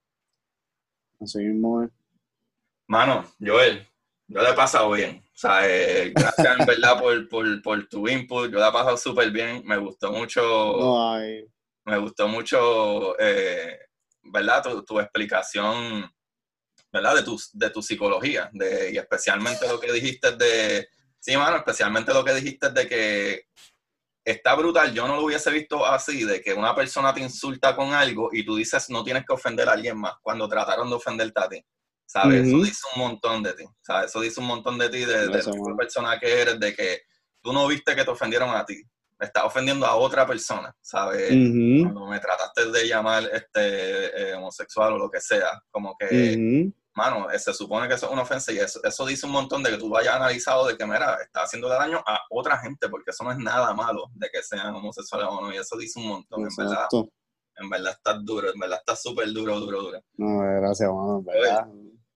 Así mismo es. Mano, Joel, yo la he pasado bien. O sea, gracias en verdad por tu input. Yo la he pasado súper bien. Me gustó mucho. No hay. Me gustó mucho, ¿verdad? Tu explicación, ¿verdad? De tu psicología. Y especialmente lo que dijiste de. Sí, mano, especialmente lo que dijiste de que está brutal. Yo no lo hubiese visto así, de que una persona te insulta con algo y tú dices no tienes que ofender a alguien más cuando trataron de ofenderte a ti, ¿sabes? Eso dice un montón de ti, ¿sabes? Eso dice un montón de ti, de la tipo de persona que eres, de que tú no viste que te ofendieron a ti, estás ofendiendo a otra persona, ¿sabes? Cuando me trataste de llamar homosexual o lo que sea, como que... Mano, se supone que eso es una ofensa, y eso dice un montón de que tú lo hayas analizado, de que, mira, está haciendo daño a otra gente, porque eso no es nada malo de que sean homosexuales o no, y eso dice un montón. Exacto. En verdad estás duro, en verdad estás súper duro. No, gracias, mano, en verdad.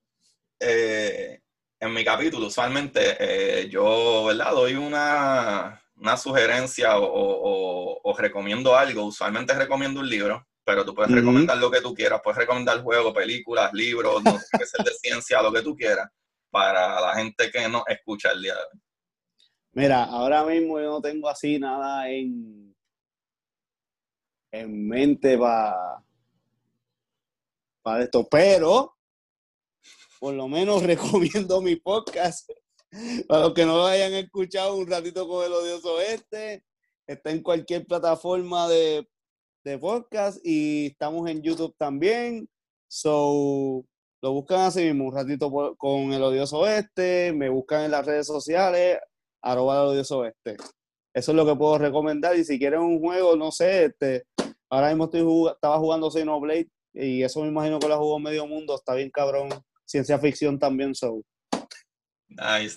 En mi capítulo, usualmente, yo, ¿verdad? Doy una sugerencia o recomiendo algo. Usualmente recomiendo un libro, pero tú puedes recomendar lo que tú quieras. Puedes recomendar juegos, películas, libros, no sé, que sea de ciencia, lo que tú quieras, para la gente que no escucha el día de hoy. Mira, ahora mismo yo no tengo así nada en mente para esto, pero por lo menos recomiendo mi podcast. Para los que no lo hayan escuchado, Un Ratito con el Odioso Este, está en cualquier plataforma de podcast, y estamos en YouTube también. So, lo buscan así mismo, Un Ratito con el Odioso Este. Me buscan en las redes sociales, @el Odioso Este. Eso es lo que puedo recomendar. Y si quieren un juego, no sé, ahora mismo estaba jugando Xenoblade, y eso me imagino que lo jugó medio mundo. Está bien cabrón. Ciencia ficción también, so. Nice.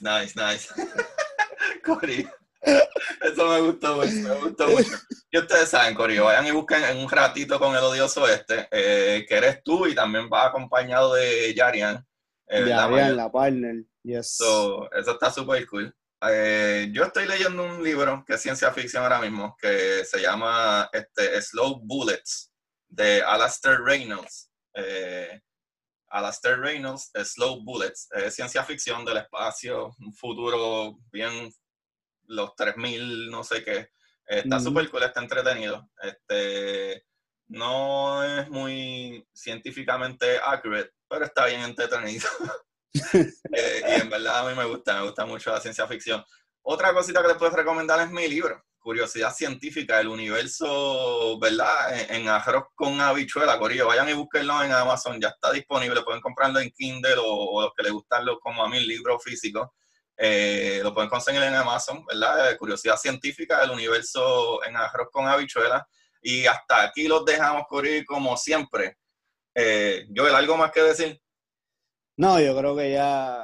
Cory, eso me gustó mucho. Y ustedes saben, Cory, vayan y busquen en Un Ratito con el Odioso Este, que eres tú, y también vas acompañado de Yarian. Yarian, la partner, yes. So, eso está súper cool. Yo estoy leyendo un libro que es ciencia ficción ahora mismo, que se llama Slow Bullets, de Alastair Reynolds. Alastair Reynolds, Slow Bullets, es ciencia ficción del espacio, un futuro bien, los 3000, no sé qué. Está súper cool, está entretenido. No es muy científicamente accurate, pero está bien entretenido. Y en verdad a mí me gusta mucho la ciencia ficción. Otra cosita que les puedo recomendar es mi libro, Curiosidad Científica, el universo, ¿verdad? En arroz con habichuela, corillo. Vayan y búsquenlo en Amazon, ya está disponible. Pueden comprarlo en Kindle, o los que les gustan como a mí, el libro físico. Lo pueden conseguir en Amazon, ¿verdad? Curiosidad Científica, el universo en arroz con habichuela. Y hasta aquí los dejamos, corillo, como siempre. Joel, ¿algo más que decir? No, yo creo que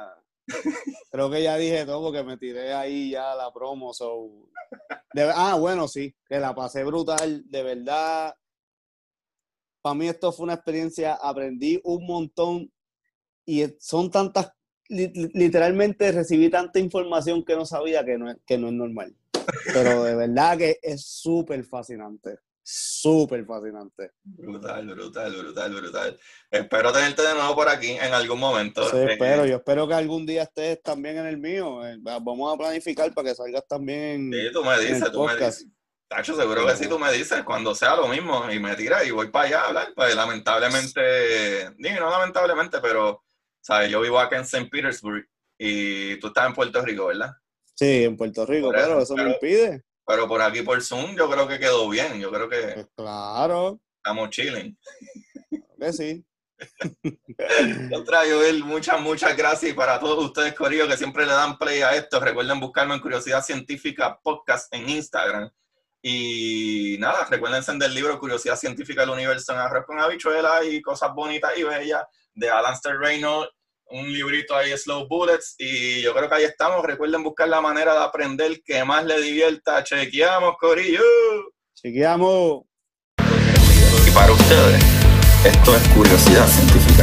ya dije todo, porque me tiré ahí ya la promo. So. Bueno, sí, que la pasé brutal, de verdad. Para mí esto fue una experiencia, aprendí un montón, y son tantas, literalmente recibí tanta información que no sabía, que no es normal. Pero de verdad que es súper fascinante. súper fascinante. Brutal. Espero tenerte de nuevo por aquí en algún momento. Sí, yo espero que algún día estés también en el mío. Vamos a planificar para que salgas también Sí, tú me dices. Tacho, seguro que sí, tú me dices, cuando sea lo mismo, y me tiras y voy para allá a hablar. Pues lamentablemente, no lamentablemente, pero, ¿sabes? Yo vivo acá en St. Petersburg y tú estás en Puerto Rico, ¿verdad? Sí, pero eso no impide. Pero por aquí, por Zoom, yo creo que quedó bien. Yo creo que pues claro. Estamos chilling. Que sí. Contra Joel, muchas gracias. Y para todos ustedes, corillo, que siempre le dan play a esto, recuerden buscarme en Curiosidad Científica Podcast en Instagram. Y nada, recuerden encender el libro Curiosidad Científica del Universo en Arroz con Habichuela y Cosas Bonitas y Bellas de Alastair Reynolds, un librito ahí, Slow Bullets, y yo creo que ahí estamos. Recuerden buscar la manera de aprender que más les divierta. Chequeamos, corillo. Chequeamos. Y para ustedes, esto es Curiosidad Científica.